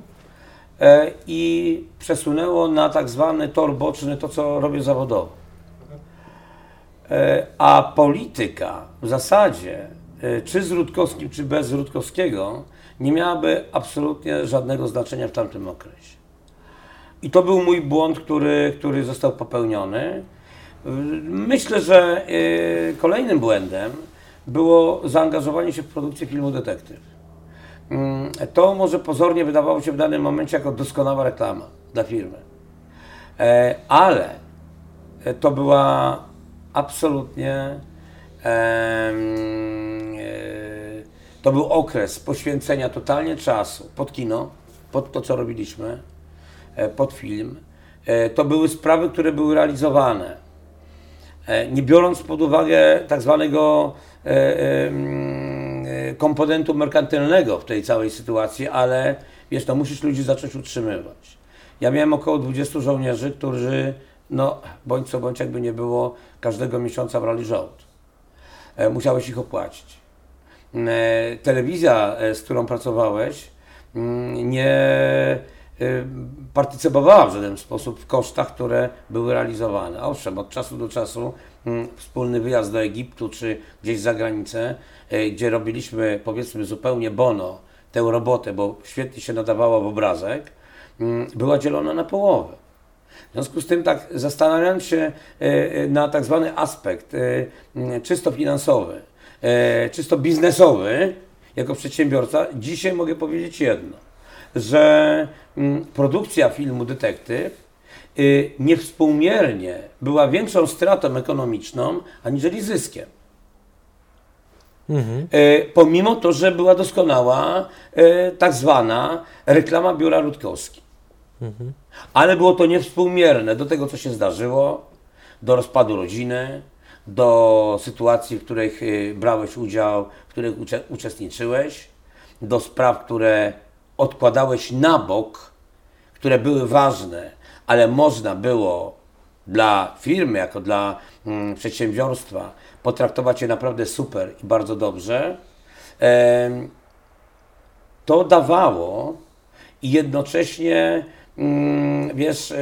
i przesunęło na tak zwany tor boczny to, co robię zawodowo. A polityka w zasadzie czy z Rutkowskim, czy bez Rutkowskiego, nie miałaby absolutnie żadnego znaczenia w tamtym okresie. I to był mój błąd, który został popełniony. Myślę, że kolejnym błędem było zaangażowanie się w produkcję filmu Detektyw. To może pozornie wydawało się w danym momencie jako doskonała reklama dla firmy. Ale to była absolutnie... To był okres poświęcenia totalnie czasu pod kino, pod to, co robiliśmy, pod film. To były sprawy, które były realizowane, nie biorąc pod uwagę tak zwanego komponentu merkantylnego w tej całej sytuacji, ale wiesz, no musisz ludzi zacząć utrzymywać. Ja miałem około 20 żołnierzy, którzy, no bądź co bądź jakby nie było, każdego miesiąca brali żołd. Musiałeś ich opłacić. Telewizja, z którą pracowałeś, nie partycypowała w żaden sposób w kosztach, które były realizowane. Owszem, od czasu do czasu wspólny wyjazd do Egiptu czy gdzieś za granicę, gdzie robiliśmy, powiedzmy, zupełnie bono tę robotę, bo świetnie się nadawała w obrazek, była dzielona na połowę. W związku z tym, tak zastanawiając się na tak zwany aspekt czysto finansowy, czysto biznesowy, jako przedsiębiorca, dzisiaj mogę powiedzieć jedno, że produkcja filmu Detektyw niewspółmiernie była większą stratą ekonomiczną, aniżeli zyskiem. Pomimo to, że była doskonała tak zwana reklama biura Rutkowski. Ale było to niewspółmierne do tego, co się zdarzyło, do rozpadu rodziny, do sytuacji, w których brałeś udział, w których uczestniczyłeś, do spraw, które odkładałeś na bok, które były ważne, ale można było dla firmy, jako dla przedsiębiorstwa potraktować je naprawdę super i bardzo dobrze. To dawało i jednocześnie wiesz,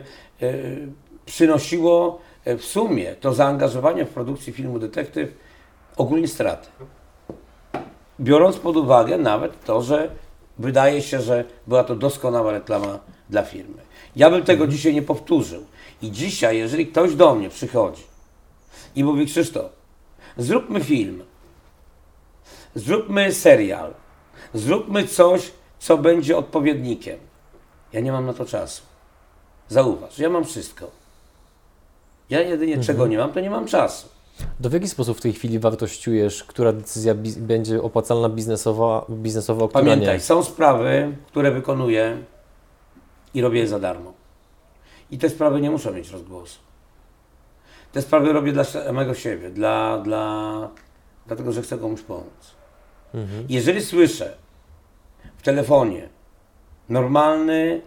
przynosiło w sumie to zaangażowanie w produkcji filmu Detektyw ogólnie straty. Biorąc pod uwagę nawet to, że wydaje się, że była to doskonała reklama dla firmy. Ja bym tego dzisiaj nie powtórzył. I dzisiaj, jeżeli ktoś do mnie przychodzi i mówi: Krzysztof, zróbmy film, zróbmy serial, zróbmy coś, co będzie odpowiednikiem. Ja nie mam na to czasu. Zauważ, ja mam wszystko. Ja jedynie czego nie mam, to nie mam czasu. W jaki sposób w tej chwili wartościujesz, która decyzja będzie opłacalna biznesowo, a która Pamiętaj, nie? są sprawy, które wykonuję i robię je za darmo. I te sprawy nie muszą mieć rozgłosu. Te sprawy robię dla samego siebie, dlatego, że chcę komuś pomóc. Jeżeli słyszę w telefonie normalny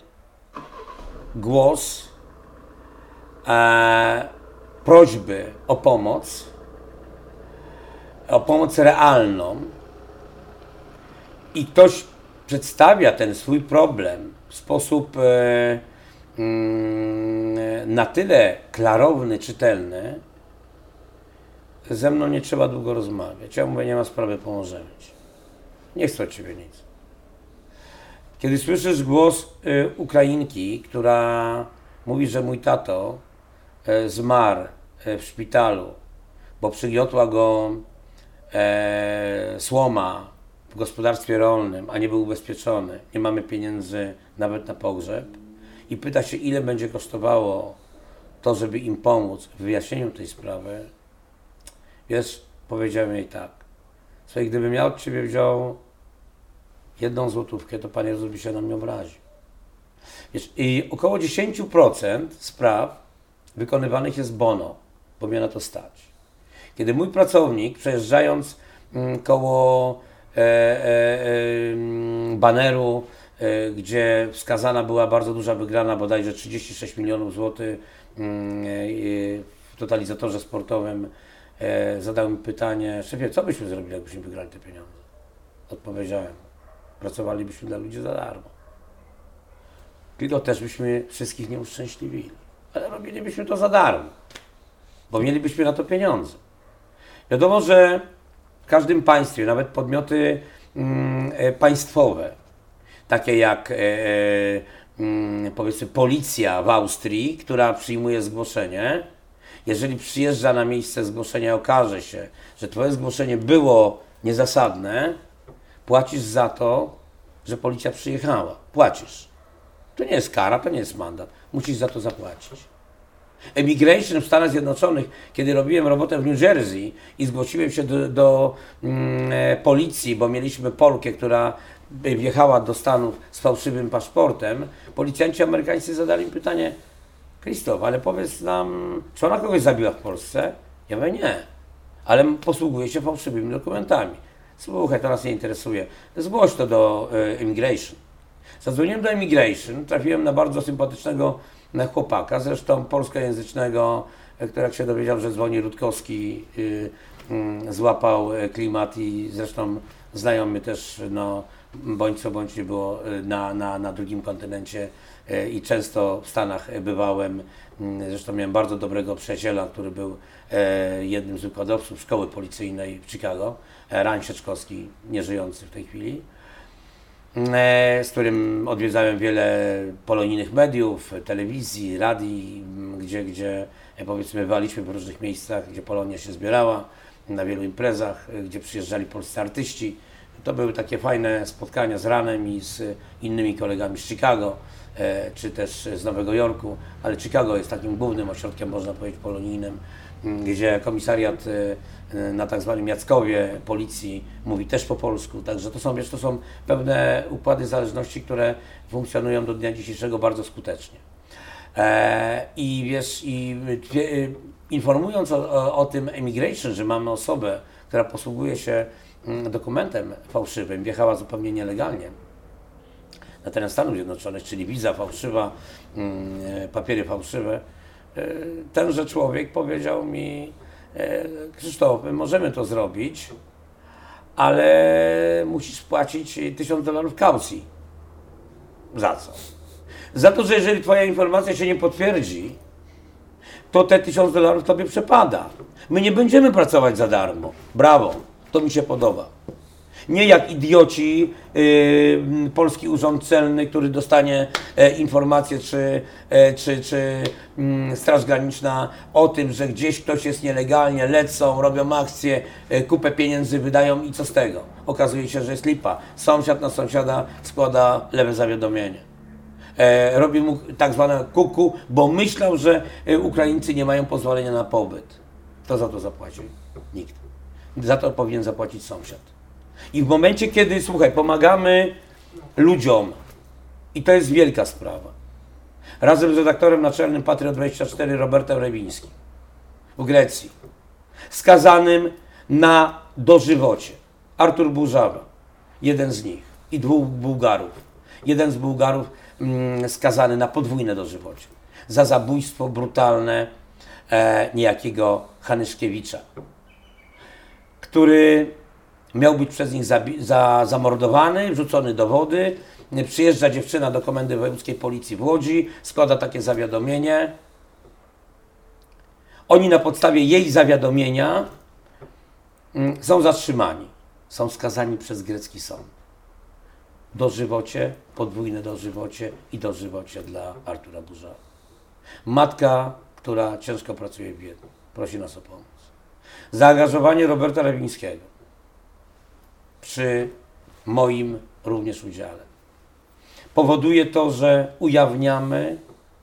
głos prośby o pomoc realną i ktoś przedstawia ten swój problem w sposób na tyle klarowny, czytelny, ze mną nie trzeba długo rozmawiać. Ja mówię: nie ma sprawy, pomożemy ci. Nie chcę od ciebie nic. Kiedy słyszysz głos Ukrainki, która mówi, że mój tato zmarł w szpitalu, bo przygniotła go słoma w gospodarstwie rolnym, a nie był ubezpieczony, nie mamy pieniędzy nawet na pogrzeb, i pyta się, ile będzie kosztowało to, żeby im pomóc w wyjaśnieniu tej sprawy, wiesz, powiedziałem jej tak: słuchaj, gdybym ja od ciebie wziął 1 złotówkę, to Pan Jezus by się na mnie obraził. Wiesz, i około 10% spraw wykonywanych jest bono, bo mnie na to stać. Kiedy mój pracownik, przejeżdżając koło baneru, gdzie wskazana była bardzo duża wygrana, bodajże 36 milionów złotych w totalizatorze sportowym, zadał mi pytanie: szefie, co byśmy zrobili, jakbyśmy wygrali te pieniądze? Odpowiedziałem: pracowalibyśmy dla ludzi za darmo. Tylko też byśmy wszystkich nie uszczęśliwili, ale robilibyśmy to za darmo, bo mielibyśmy na to pieniądze. Wiadomo, że każdym państwie, nawet podmioty państwowe, takie jak powiedzmy policja w Austrii, która przyjmuje zgłoszenie, jeżeli przyjeżdża na miejsce zgłoszenia, okaże się, że twoje zgłoszenie było niezasadne, płacisz za to, że policja przyjechała. Płacisz. To nie jest kara, to nie jest mandat. Musisz za to zapłacić. Immigration w Stanach Zjednoczonych, kiedy robiłem robotę w New Jersey i zgłosiłem się do policji, bo mieliśmy Polkę, która wjechała do Stanów z fałszywym paszportem, policjanci amerykańscy zadali mi pytanie: Krzysztof, ale powiedz nam, czy ona kogoś zabiła w Polsce? Ja mówię, nie, ale posługuje się fałszywymi dokumentami. Słuchaj, to nas nie interesuje. Zgłoś to do Immigration. Zadzwoniłem do Immigration, trafiłem na bardzo sympatycznego chłopaka, zresztą polskojęzycznego, który jak się dowiedział, że dzwoni Rutkowski, złapał klimat i zresztą znajomy też, no, bądź co bądź nie było na drugim kontynencie i często w Stanach bywałem. Zresztą miałem bardzo dobrego przyjaciela, który był jednym z wykładowców szkoły policyjnej w Chicago, Ran Sieczkowski, nieżyjący w tej chwili, z którym odwiedzałem wiele polonijnych mediów, telewizji, radii, gdzie powiedzmy bywaliśmy w różnych miejscach, gdzie Polonia się zbierała, na wielu imprezach, gdzie przyjeżdżali polscy artyści. To były takie fajne spotkania z Ranem i z innymi kolegami z Chicago, czy też z Nowego Jorku, ale Chicago jest takim głównym ośrodkiem, można powiedzieć, polonijnym, gdzie komisariat na tak zwanym Jackowie policji mówi też po polsku, także to są pewne układy zależności, które funkcjonują do dnia dzisiejszego bardzo skutecznie. I wiesz, informując o tym Immigration, że mamy osobę, która posługuje się dokumentem fałszywym, wjechała zupełnie nielegalnie na teren Stanów Zjednoczonych, czyli wiza fałszywa, papiery fałszywe, tenże człowiek powiedział mi: Krzysztof, my możemy to zrobić, ale musisz płacić $1000 kaucji. Za co? Za to, że jeżeli twoja informacja się nie potwierdzi, to te $1000 tobie przepada. My nie będziemy pracować za darmo. Brawo, to mi się podoba. Nie jak idioci, Polski Urząd Celny, który dostanie informację, czy Straż Graniczna o tym, że gdzieś ktoś jest nielegalnie, lecą, robią akcje, kupę pieniędzy wydają i co z tego? Okazuje się, że jest lipa. Sąsiad na sąsiada składa lewe zawiadomienie. Robi mu tak zwane kuku, bo myślał, że Ukraińcy nie mają pozwolenia na pobyt. Kto za to zapłaci? Nikt. Za to powinien zapłacić sąsiad. I w momencie, kiedy, słuchaj, pomagamy ludziom, i to jest wielka sprawa, razem z redaktorem naczelnym Patriot24 Robertem Rewińskim w Grecji, skazanym na dożywocie, Artur Burzawa, jeden z nich, i 2 Bułgarów. Jeden z Bułgarów skazany na podwójne dożywocie za zabójstwo brutalne niejakiego Hanyszkiewicza, który miał być przez nich zamordowany, wrzucony do wody. Przyjeżdża dziewczyna do Komendy Wojewódzkiej Policji w Łodzi, składa takie zawiadomienie. Oni na podstawie jej zawiadomienia są zatrzymani. Są skazani przez grecki sąd. Dożywocie, podwójne dożywocie i dożywocie dla Artura Burzawa. Matka, która ciężko pracuje w Wiedniu, prosi nas o pomoc. Zaangażowanie Roberta Rewińskiego przy moim również udziale powoduje to, że ujawniamy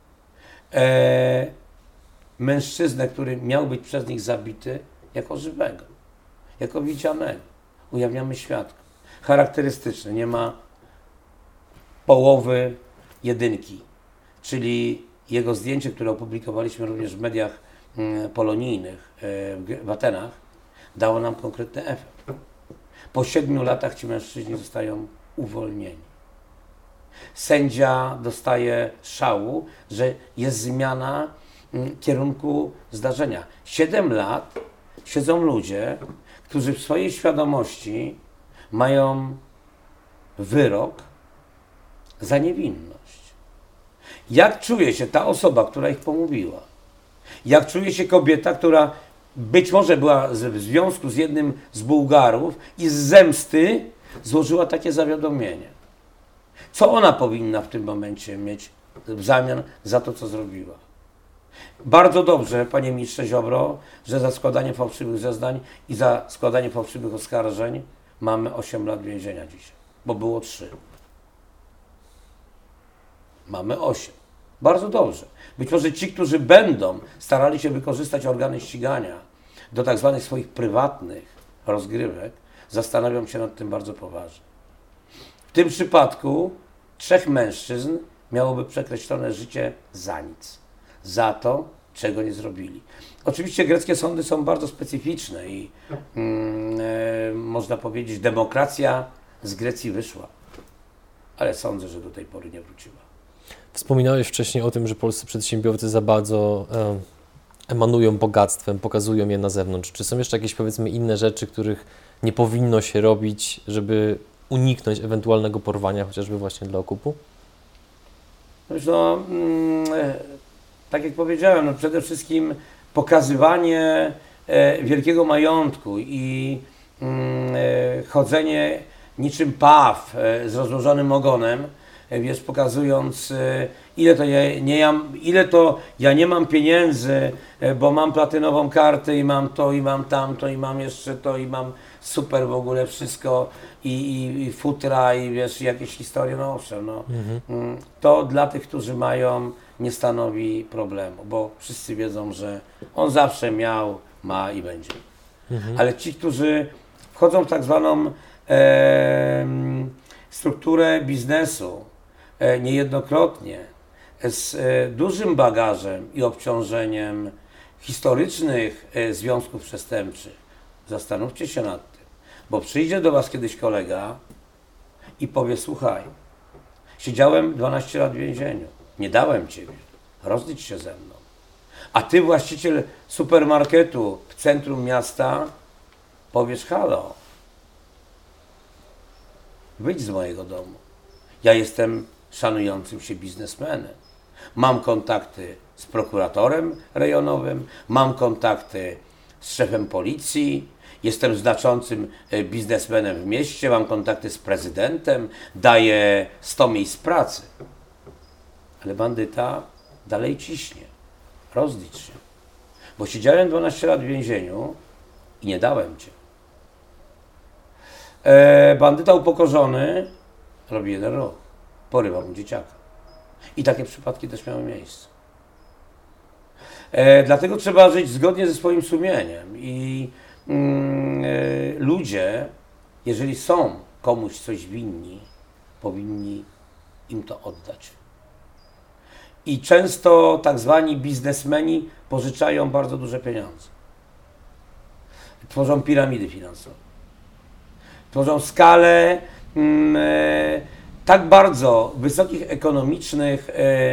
mężczyznę, który miał być przez nich zabity, jako żywego, jako widzianego. Ujawniamy świadków. Charakterystyczne, nie ma połowy jedynki, czyli jego zdjęcie, które opublikowaliśmy również w mediach polonijnych w Atenach, dało nam konkretny efekt. Po 7 latach ci mężczyźni zostają uwolnieni. Sędzia dostaje szału, że jest zmiana kierunku zdarzenia. 7 lat siedzą ludzie, którzy w swojej świadomości mają wyrok za niewinność. Jak czuje się ta osoba, która ich pomówiła? Jak czuje się kobieta, która być może była w związku z jednym z Bułgarów i z zemsty złożyła takie zawiadomienie. Co ona powinna w tym momencie mieć w zamian za to, co zrobiła? Bardzo dobrze, panie ministrze Ziobro, że za składanie fałszywych zeznań i za składanie fałszywych oskarżeń mamy 8 lat więzienia dzisiaj, bo było 3. Mamy 8. Bardzo dobrze. Być może ci, którzy będą starali się wykorzystać organy ścigania do tak zwanych swoich prywatnych rozgrywek, zastanawiam się nad tym bardzo poważnie. W tym przypadku 3 mężczyzn miałoby przekreślone życie za nic. Za to, czego nie zrobili. Oczywiście greckie sądy są bardzo specyficzne i można powiedzieć, demokracja z Grecji wyszła. Ale sądzę, że do tej pory nie wróciła. Wspominałeś wcześniej o tym, że polscy przedsiębiorcy za bardzo emanują bogactwem, pokazują je na zewnątrz. Czy są jeszcze jakieś, powiedzmy, inne rzeczy, których nie powinno się robić, żeby uniknąć ewentualnego porwania, chociażby właśnie dla okupu? No, tak jak powiedziałem, no przede wszystkim pokazywanie wielkiego majątku i chodzenie niczym paw z rozłożonym ogonem, wiesz, pokazując ile to ja nie mam pieniędzy, bo mam platynową kartę i mam to, i mam tamto, i mam jeszcze to, i mam super w ogóle wszystko, i futra, i wiesz, jakieś historie, no owszem, no. To dla tych, którzy mają, nie stanowi problemu, bo wszyscy wiedzą, że on zawsze miał, ma i będzie. Ale ci, którzy wchodzą w tak zwaną strukturę biznesu, niejednokrotnie z dużym bagażem i obciążeniem historycznych związków przestępczych, zastanówcie się nad tym, bo przyjdzie do was kiedyś kolega i powie: słuchaj, siedziałem 12 lat w więzieniu, nie dałem ciebie, rozlicz się ze mną. A ty, właściciel supermarketu w centrum miasta, powiesz: halo, wyjdź z mojego domu. Ja jestem szanującym się biznesmenem. Mam kontakty z prokuratorem rejonowym, mam kontakty z szefem policji, jestem znaczącym biznesmenem w mieście, mam kontakty z prezydentem, daję 100 miejsc pracy. Ale bandyta dalej ciśnie. Rozlicz się. Bo siedziałem 12 lat w więzieniu i nie dałem cię. Bandyta upokorzony robi jeden ruch. Porywa mu dzieciaka. I takie przypadki też miały miejsce. Dlatego trzeba żyć zgodnie ze swoim sumieniem. I ludzie, jeżeli są komuś coś winni, powinni im to oddać. I często tak zwani biznesmeni pożyczają bardzo duże pieniądze. Tworzą piramidy finansowe. Tworzą skalę tak bardzo wysokich ekonomicznych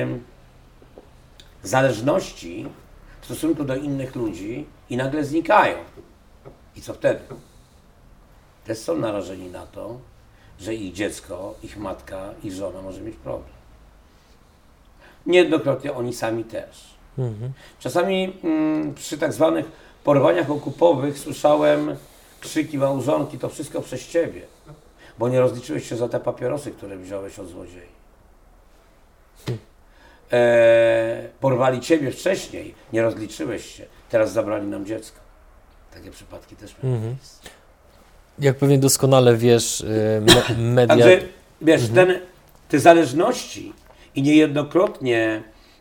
zależności w stosunku do innych ludzi i nagle znikają. I co wtedy? Też są narażeni na to, że ich dziecko, ich matka, ich żona może mieć problem. Niejednokrotnie oni sami też. Czasami przy tak zwanych porwaniach okupowych słyszałem krzyki małżonki: to wszystko przez ciebie, bo nie rozliczyłeś się za te papierosy, które wziąłeś od złodziei. Porwali ciebie wcześniej, nie rozliczyłeś się, teraz zabrali nam dziecko. Takie przypadki też miały miejsce. Jak pewnie doskonale wiesz, media... Także, wiesz, te zależności i niejednokrotnie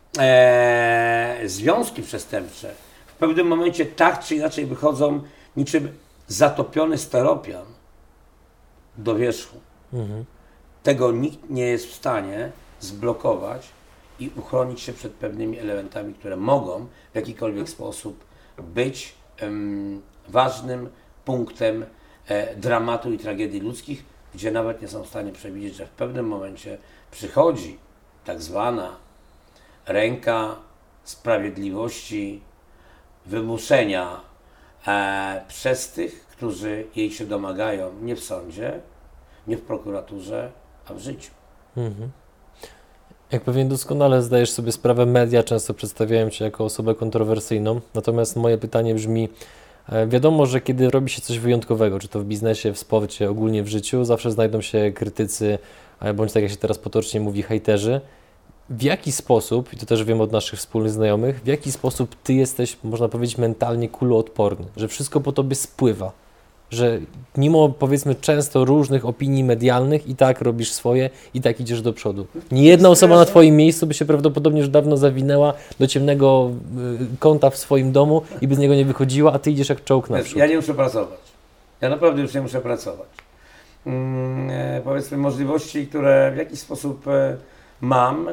związki przestępcze w pewnym momencie tak czy inaczej wychodzą niczym zatopiony steropian do wierzchu. Tego nikt nie jest w stanie zblokować i uchronić się przed pewnymi elementami, które mogą w jakikolwiek sposób być ważnym punktem dramatu i tragedii ludzkich, gdzie nawet nie są w stanie przewidzieć, że w pewnym momencie przychodzi tak zwana ręka sprawiedliwości, wymuszenia przez tych, którzy jej się domagają nie w sądzie, nie w prokuraturze, a w życiu. Jak pewnie doskonale zdajesz sobie sprawę, media często przedstawiają Cię jako osobę kontrowersyjną, natomiast moje pytanie brzmi, wiadomo, że kiedy robi się coś wyjątkowego, czy to w biznesie, w sporcie, ogólnie w życiu, zawsze znajdą się krytycy, bądź tak jak się teraz potocznie mówi, hejterzy. W jaki sposób, i to też wiem od naszych wspólnych znajomych, w jaki sposób Ty jesteś, można powiedzieć, mentalnie kuloodporny, że wszystko po Tobie spływa, że mimo, powiedzmy, często różnych opinii medialnych i tak robisz swoje i tak idziesz do przodu. Nie jedna osoba na Twoim miejscu by się prawdopodobnie już dawno zawinęła do ciemnego kąta w swoim domu i by z niego nie wychodziła, a Ty idziesz jak czołg naprzód. Ja nie muszę pracować. Ja naprawdę już nie muszę pracować. Powiedzmy, możliwości, które w jakiś sposób mam,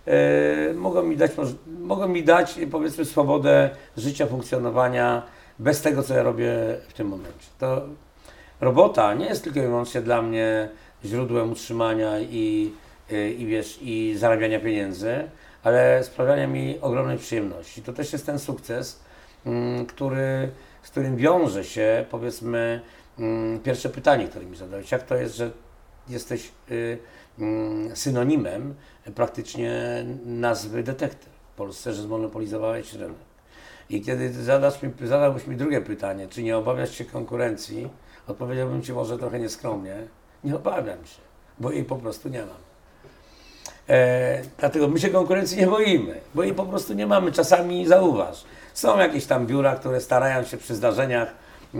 mogą mi dać, powiedzmy, swobodę życia, funkcjonowania bez tego, co ja robię w tym momencie. To robota nie jest tylko i wyłącznie dla mnie źródłem utrzymania i zarabiania pieniędzy, ale sprawiania mi ogromnej przyjemności. To też jest ten sukces, z którym wiąże się, powiedzmy, pierwsze pytanie, które mi zadałeś. Jak to jest, że jesteś synonimem praktycznie nazwy detektyw w Polsce, że zmonopolizowałeś rynek. I kiedy zadałbyś mi drugie pytanie, czy nie obawiasz się konkurencji, odpowiedziałbym Ci może trochę nieskromnie, nie obawiam się, bo jej po prostu nie mam. Dlatego my się konkurencji nie boimy, bo jej po prostu nie mamy. Czasami zauważ, są jakieś tam biura, które starają się przy zdarzeniach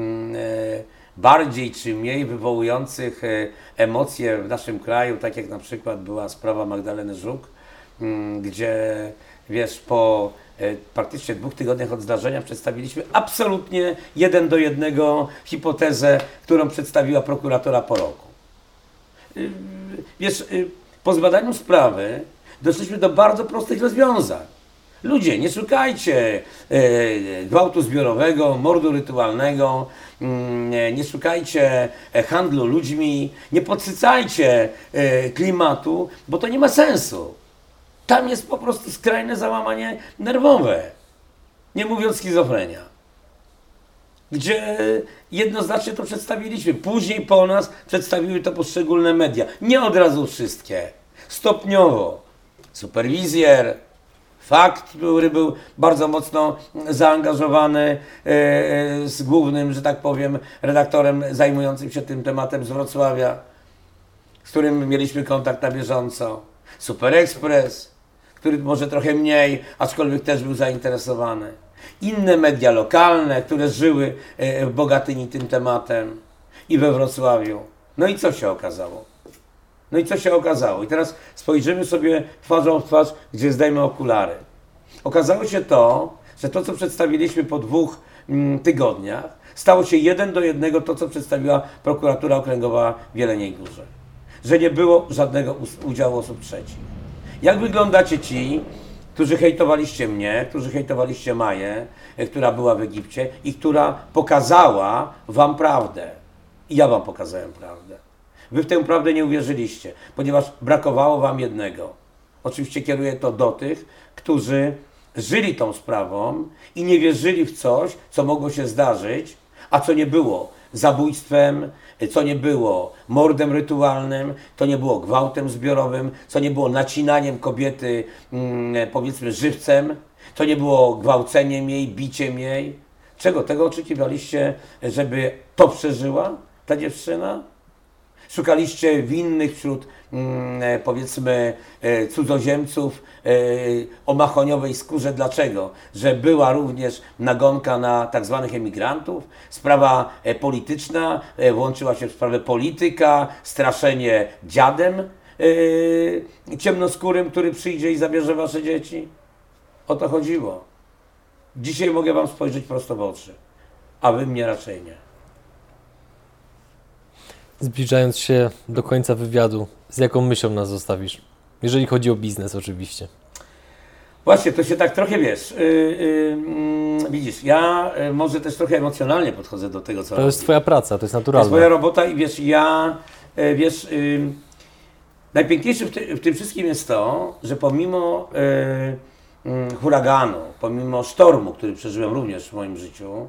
bardziej czy mniej wywołujących emocje w naszym kraju, tak jak na przykład była sprawa Magdaleny Żuk, gdzie wiesz, po praktycznie 2 tygodniach od zdarzenia przedstawiliśmy absolutnie 1:1 hipotezę, którą przedstawiła prokuratora po roku. Wiesz, po zbadaniu sprawy doszliśmy do bardzo prostych rozwiązań. Ludzie, nie szukajcie gwałtu zbiorowego, mordu rytualnego, nie szukajcie handlu ludźmi, nie podsycajcie klimatu, bo to nie ma sensu. Tam jest po prostu skrajne załamanie nerwowe, nie mówiąc schizofrenia, gdzie jednoznacznie to przedstawiliśmy. Później po nas przedstawiły to poszczególne media. Nie od razu wszystkie, stopniowo. Superwizjer, Fakt, który był bardzo mocno zaangażowany z głównym, że tak powiem, redaktorem zajmującym się tym tematem z Wrocławia, z którym mieliśmy kontakt na bieżąco. Super Express, który może trochę mniej, aczkolwiek też był zainteresowany. Inne media lokalne, które żyły w Bogatyni tym tematem i we Wrocławiu. No i co się okazało? I teraz spojrzymy sobie twarzą w twarz, gdzie zdejmę okulary. Okazało się to, że to, co przedstawiliśmy po 2 tygodniach, stało się 1:1 to, co przedstawiła prokuratura okręgowa w Jeleniej Górze. Że nie było żadnego udziału osób trzecich. Jak wyglądacie ci, którzy hejtowaliście mnie, którzy hejtowaliście Maję, która była w Egipcie i która pokazała wam prawdę. I ja wam pokazałem prawdę. Wy w tę prawdę nie uwierzyliście, ponieważ brakowało wam jednego. Oczywiście kieruję to do tych, którzy żyli tą sprawą i nie wierzyli w coś, co mogło się zdarzyć, a co nie było zabójstwem, co nie było mordem rytualnym, to nie było gwałtem zbiorowym, co nie było nacinaniem kobiety, powiedzmy, żywcem, to nie było gwałceniem jej, biciem jej. Czego? Tego oczekiwaliście, żeby to przeżyła ta dziewczyna? Szukaliście winnych wśród, powiedzmy, cudzoziemców o mahoniowej skórze. Dlaczego? Że była również nagonka na tak zwanych emigrantów, sprawa polityczna, włączyła się w sprawę polityka, straszenie dziadem ciemnoskórym, który przyjdzie i zabierze wasze dzieci. O to chodziło. Dzisiaj mogę wam spojrzeć prosto w oczy, a wy mnie raczej nie. Zbliżając się do końca wywiadu, z jaką myślą nas zostawisz? Jeżeli chodzi o biznes oczywiście. Właśnie, to się tak trochę, wiesz, widzisz, ja może też trochę emocjonalnie podchodzę do tego, co To robię. jest twoja praca, to jest naturalne. To jest moja robota i wiesz, najpiękniejsze w tym wszystkim jest to, że pomimo huraganu, pomimo sztormu, który przeżyłem również w moim życiu,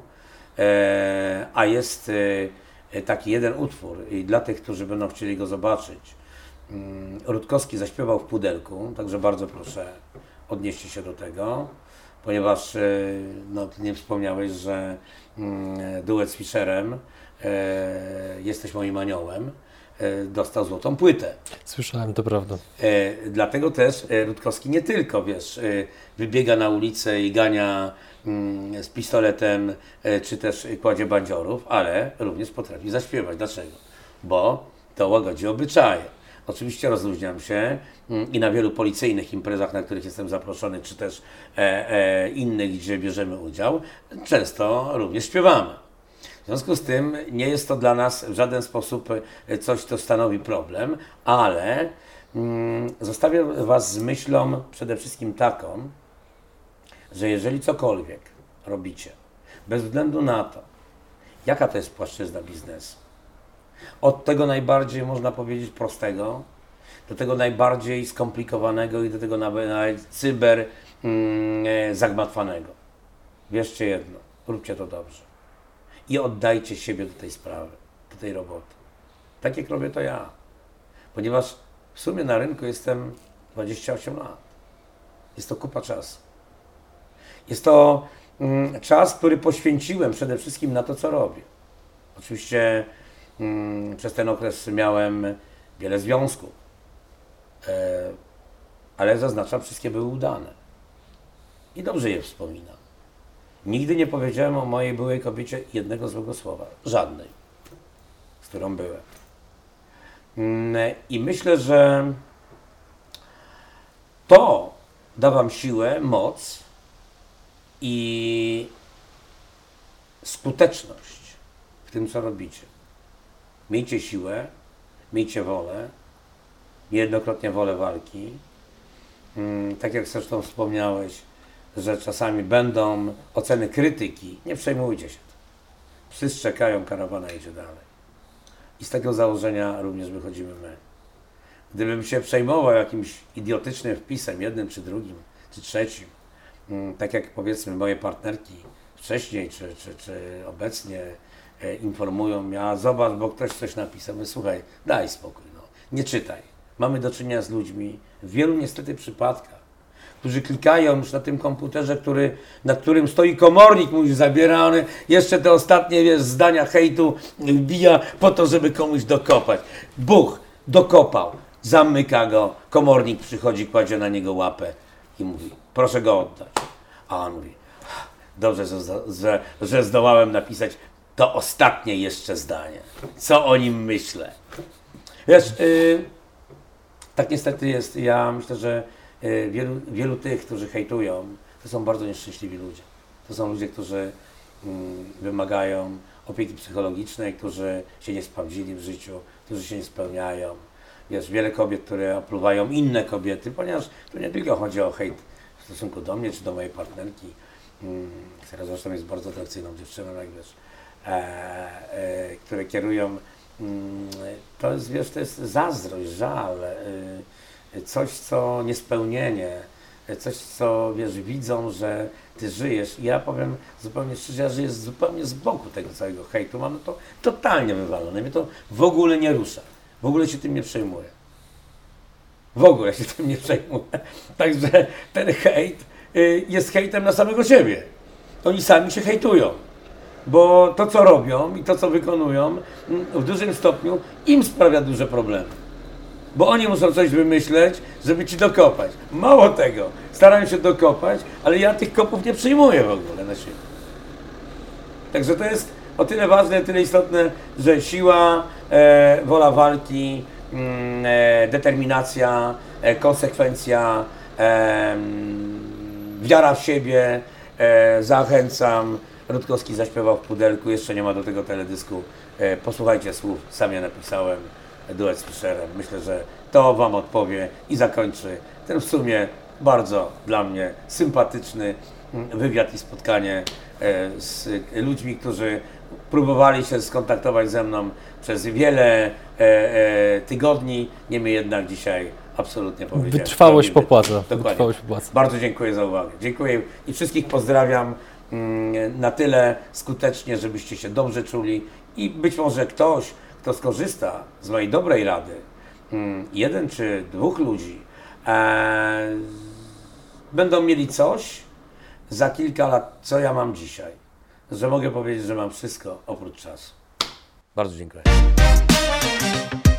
a jest taki jeden utwór i dla tych, którzy będą chcieli go zobaczyć, Rutkowski zaśpiewał w pudelku, także bardzo proszę odnieście się do tego, ponieważ no, ty nie wspomniałeś, że duet z Fischerem, Jesteś moim aniołem, dostał złotą płytę. Słyszałem, to prawda. Dlatego też Rutkowski nie tylko, wiesz, wybiega na ulicę i gania z pistoletem, czy też kładzie bandziorów, ale również potrafi zaśpiewać. Dlaczego? Bo to łagodzi obyczaje. Oczywiście rozluźniam się i na wielu policyjnych imprezach, na których jestem zaproszony, czy też innych, gdzie bierzemy udział, często również śpiewamy. W związku z tym nie jest to dla nas w żaden sposób coś, co stanowi problem, ale zostawiam Was z myślą przede wszystkim taką, że jeżeli cokolwiek robicie, bez względu na to, jaka to jest płaszczyzna biznesu, od tego najbardziej, można powiedzieć, prostego, do tego najbardziej skomplikowanego i do tego nawet cyber zagmatwanego. Wierzcie jedno, róbcie to dobrze. I oddajcie siebie do tej sprawy, do tej roboty. Tak jak robię to ja. Ponieważ w sumie na rynku jestem 28 lat. Jest to kupa czasu. Jest to czas, który poświęciłem przede wszystkim na to, co robię. Oczywiście przez ten okres miałem wiele związków, ale zaznaczam, wszystkie były udane. I dobrze je wspominam. Nigdy nie powiedziałem o mojej byłej kobiecie jednego złego słowa. Żadnej. Z którą byłem. I myślę, że to da Wam siłę, moc i skuteczność w tym, co robicie. Miejcie siłę, miejcie wolę, niejednokrotnie wolę walki. Tak jak zresztą wspomniałeś, że czasami będą oceny krytyki, nie przejmujcie się tym. Psy szczekają, karawana idzie dalej. I z tego założenia również wychodzimy my. Gdybym się przejmował jakimś idiotycznym wpisem, jednym czy drugim, czy trzecim, tak jak powiedzmy moje partnerki wcześniej, czy obecnie informują mnie, a zobacz, bo ktoś coś napisał, my słuchaj, daj spokój, no, nie czytaj. Mamy do czynienia z ludźmi, w wielu niestety przypadkach, którzy klikają już na tym komputerze, nad którym stoi komornik, mówisz, zabiera one jeszcze te ostatnie, wiesz, zdania hejtu wbija po to, żeby komuś dokopać. Buch, dokopał, zamyka go, komornik przychodzi, kładzie na niego łapę i mówi, proszę go oddać. A on mówi, dobrze, że zdołałem napisać to ostatnie jeszcze zdanie. Co o nim myślę? Wiesz, tak niestety jest. Ja myślę, że wielu tych, którzy hejtują, to są bardzo nieszczęśliwi ludzie. To są ludzie, którzy wymagają opieki psychologicznej, którzy się nie sprawdzili w życiu, którzy się nie spełniają. Wiesz, wiele kobiet, które opluwają inne kobiety, ponieważ tu nie tylko chodzi o hejt w stosunku do mnie, czy do mojej partnerki, która zresztą jest bardzo atrakcyjną dziewczyną, jak wiesz, które kierują, to jest, wiesz, to jest zazdrość, żal, coś, co niespełnienie, coś, co, wiesz, widzą, że ty żyjesz. I ja powiem zupełnie szczerze, ja żyję zupełnie z boku tego całego hejtu, mam to totalnie wywalone, mnie to w ogóle nie rusza, w ogóle się tym nie przejmuję. W ogóle się tym nie przejmuję. Także ten hejt jest hejtem na samego siebie. Oni sami się hejtują. Bo to, co robią i to, co wykonują, w dużym stopniu im sprawia duże problemy. Bo oni muszą coś wymyśleć, żeby ci dokopać. Mało tego, starają się dokopać, ale ja tych kopów nie przyjmuję w ogóle na siebie. Także to jest o tyle ważne, tyle istotne, że siła, wola walki, determinacja, konsekwencja, wiara w siebie, zachęcam. Rutkowski zaśpiewał w pudelku, jeszcze nie ma do tego teledysku. Posłuchajcie słów, sam je napisałem, duet z Fischerem. Myślę, że to Wam odpowie i zakończy ten w sumie bardzo dla mnie sympatyczny wywiad i spotkanie z ludźmi, którzy próbowali się skontaktować ze mną przez wiele tygodni. Niemniej jednak dzisiaj absolutnie powiedziałem. Wytrwałość popłaca. Dokładnie. Bardzo dziękuję za uwagę. Dziękuję i wszystkich pozdrawiam na tyle skutecznie, żebyście się dobrze czuli i być może ktoś, kto skorzysta z mojej dobrej rady, jeden czy dwóch ludzi będą mieli coś za kilka lat, co ja mam dzisiaj, że mogę powiedzieć, że mam wszystko oprócz czasu. Bardzo dziękuję.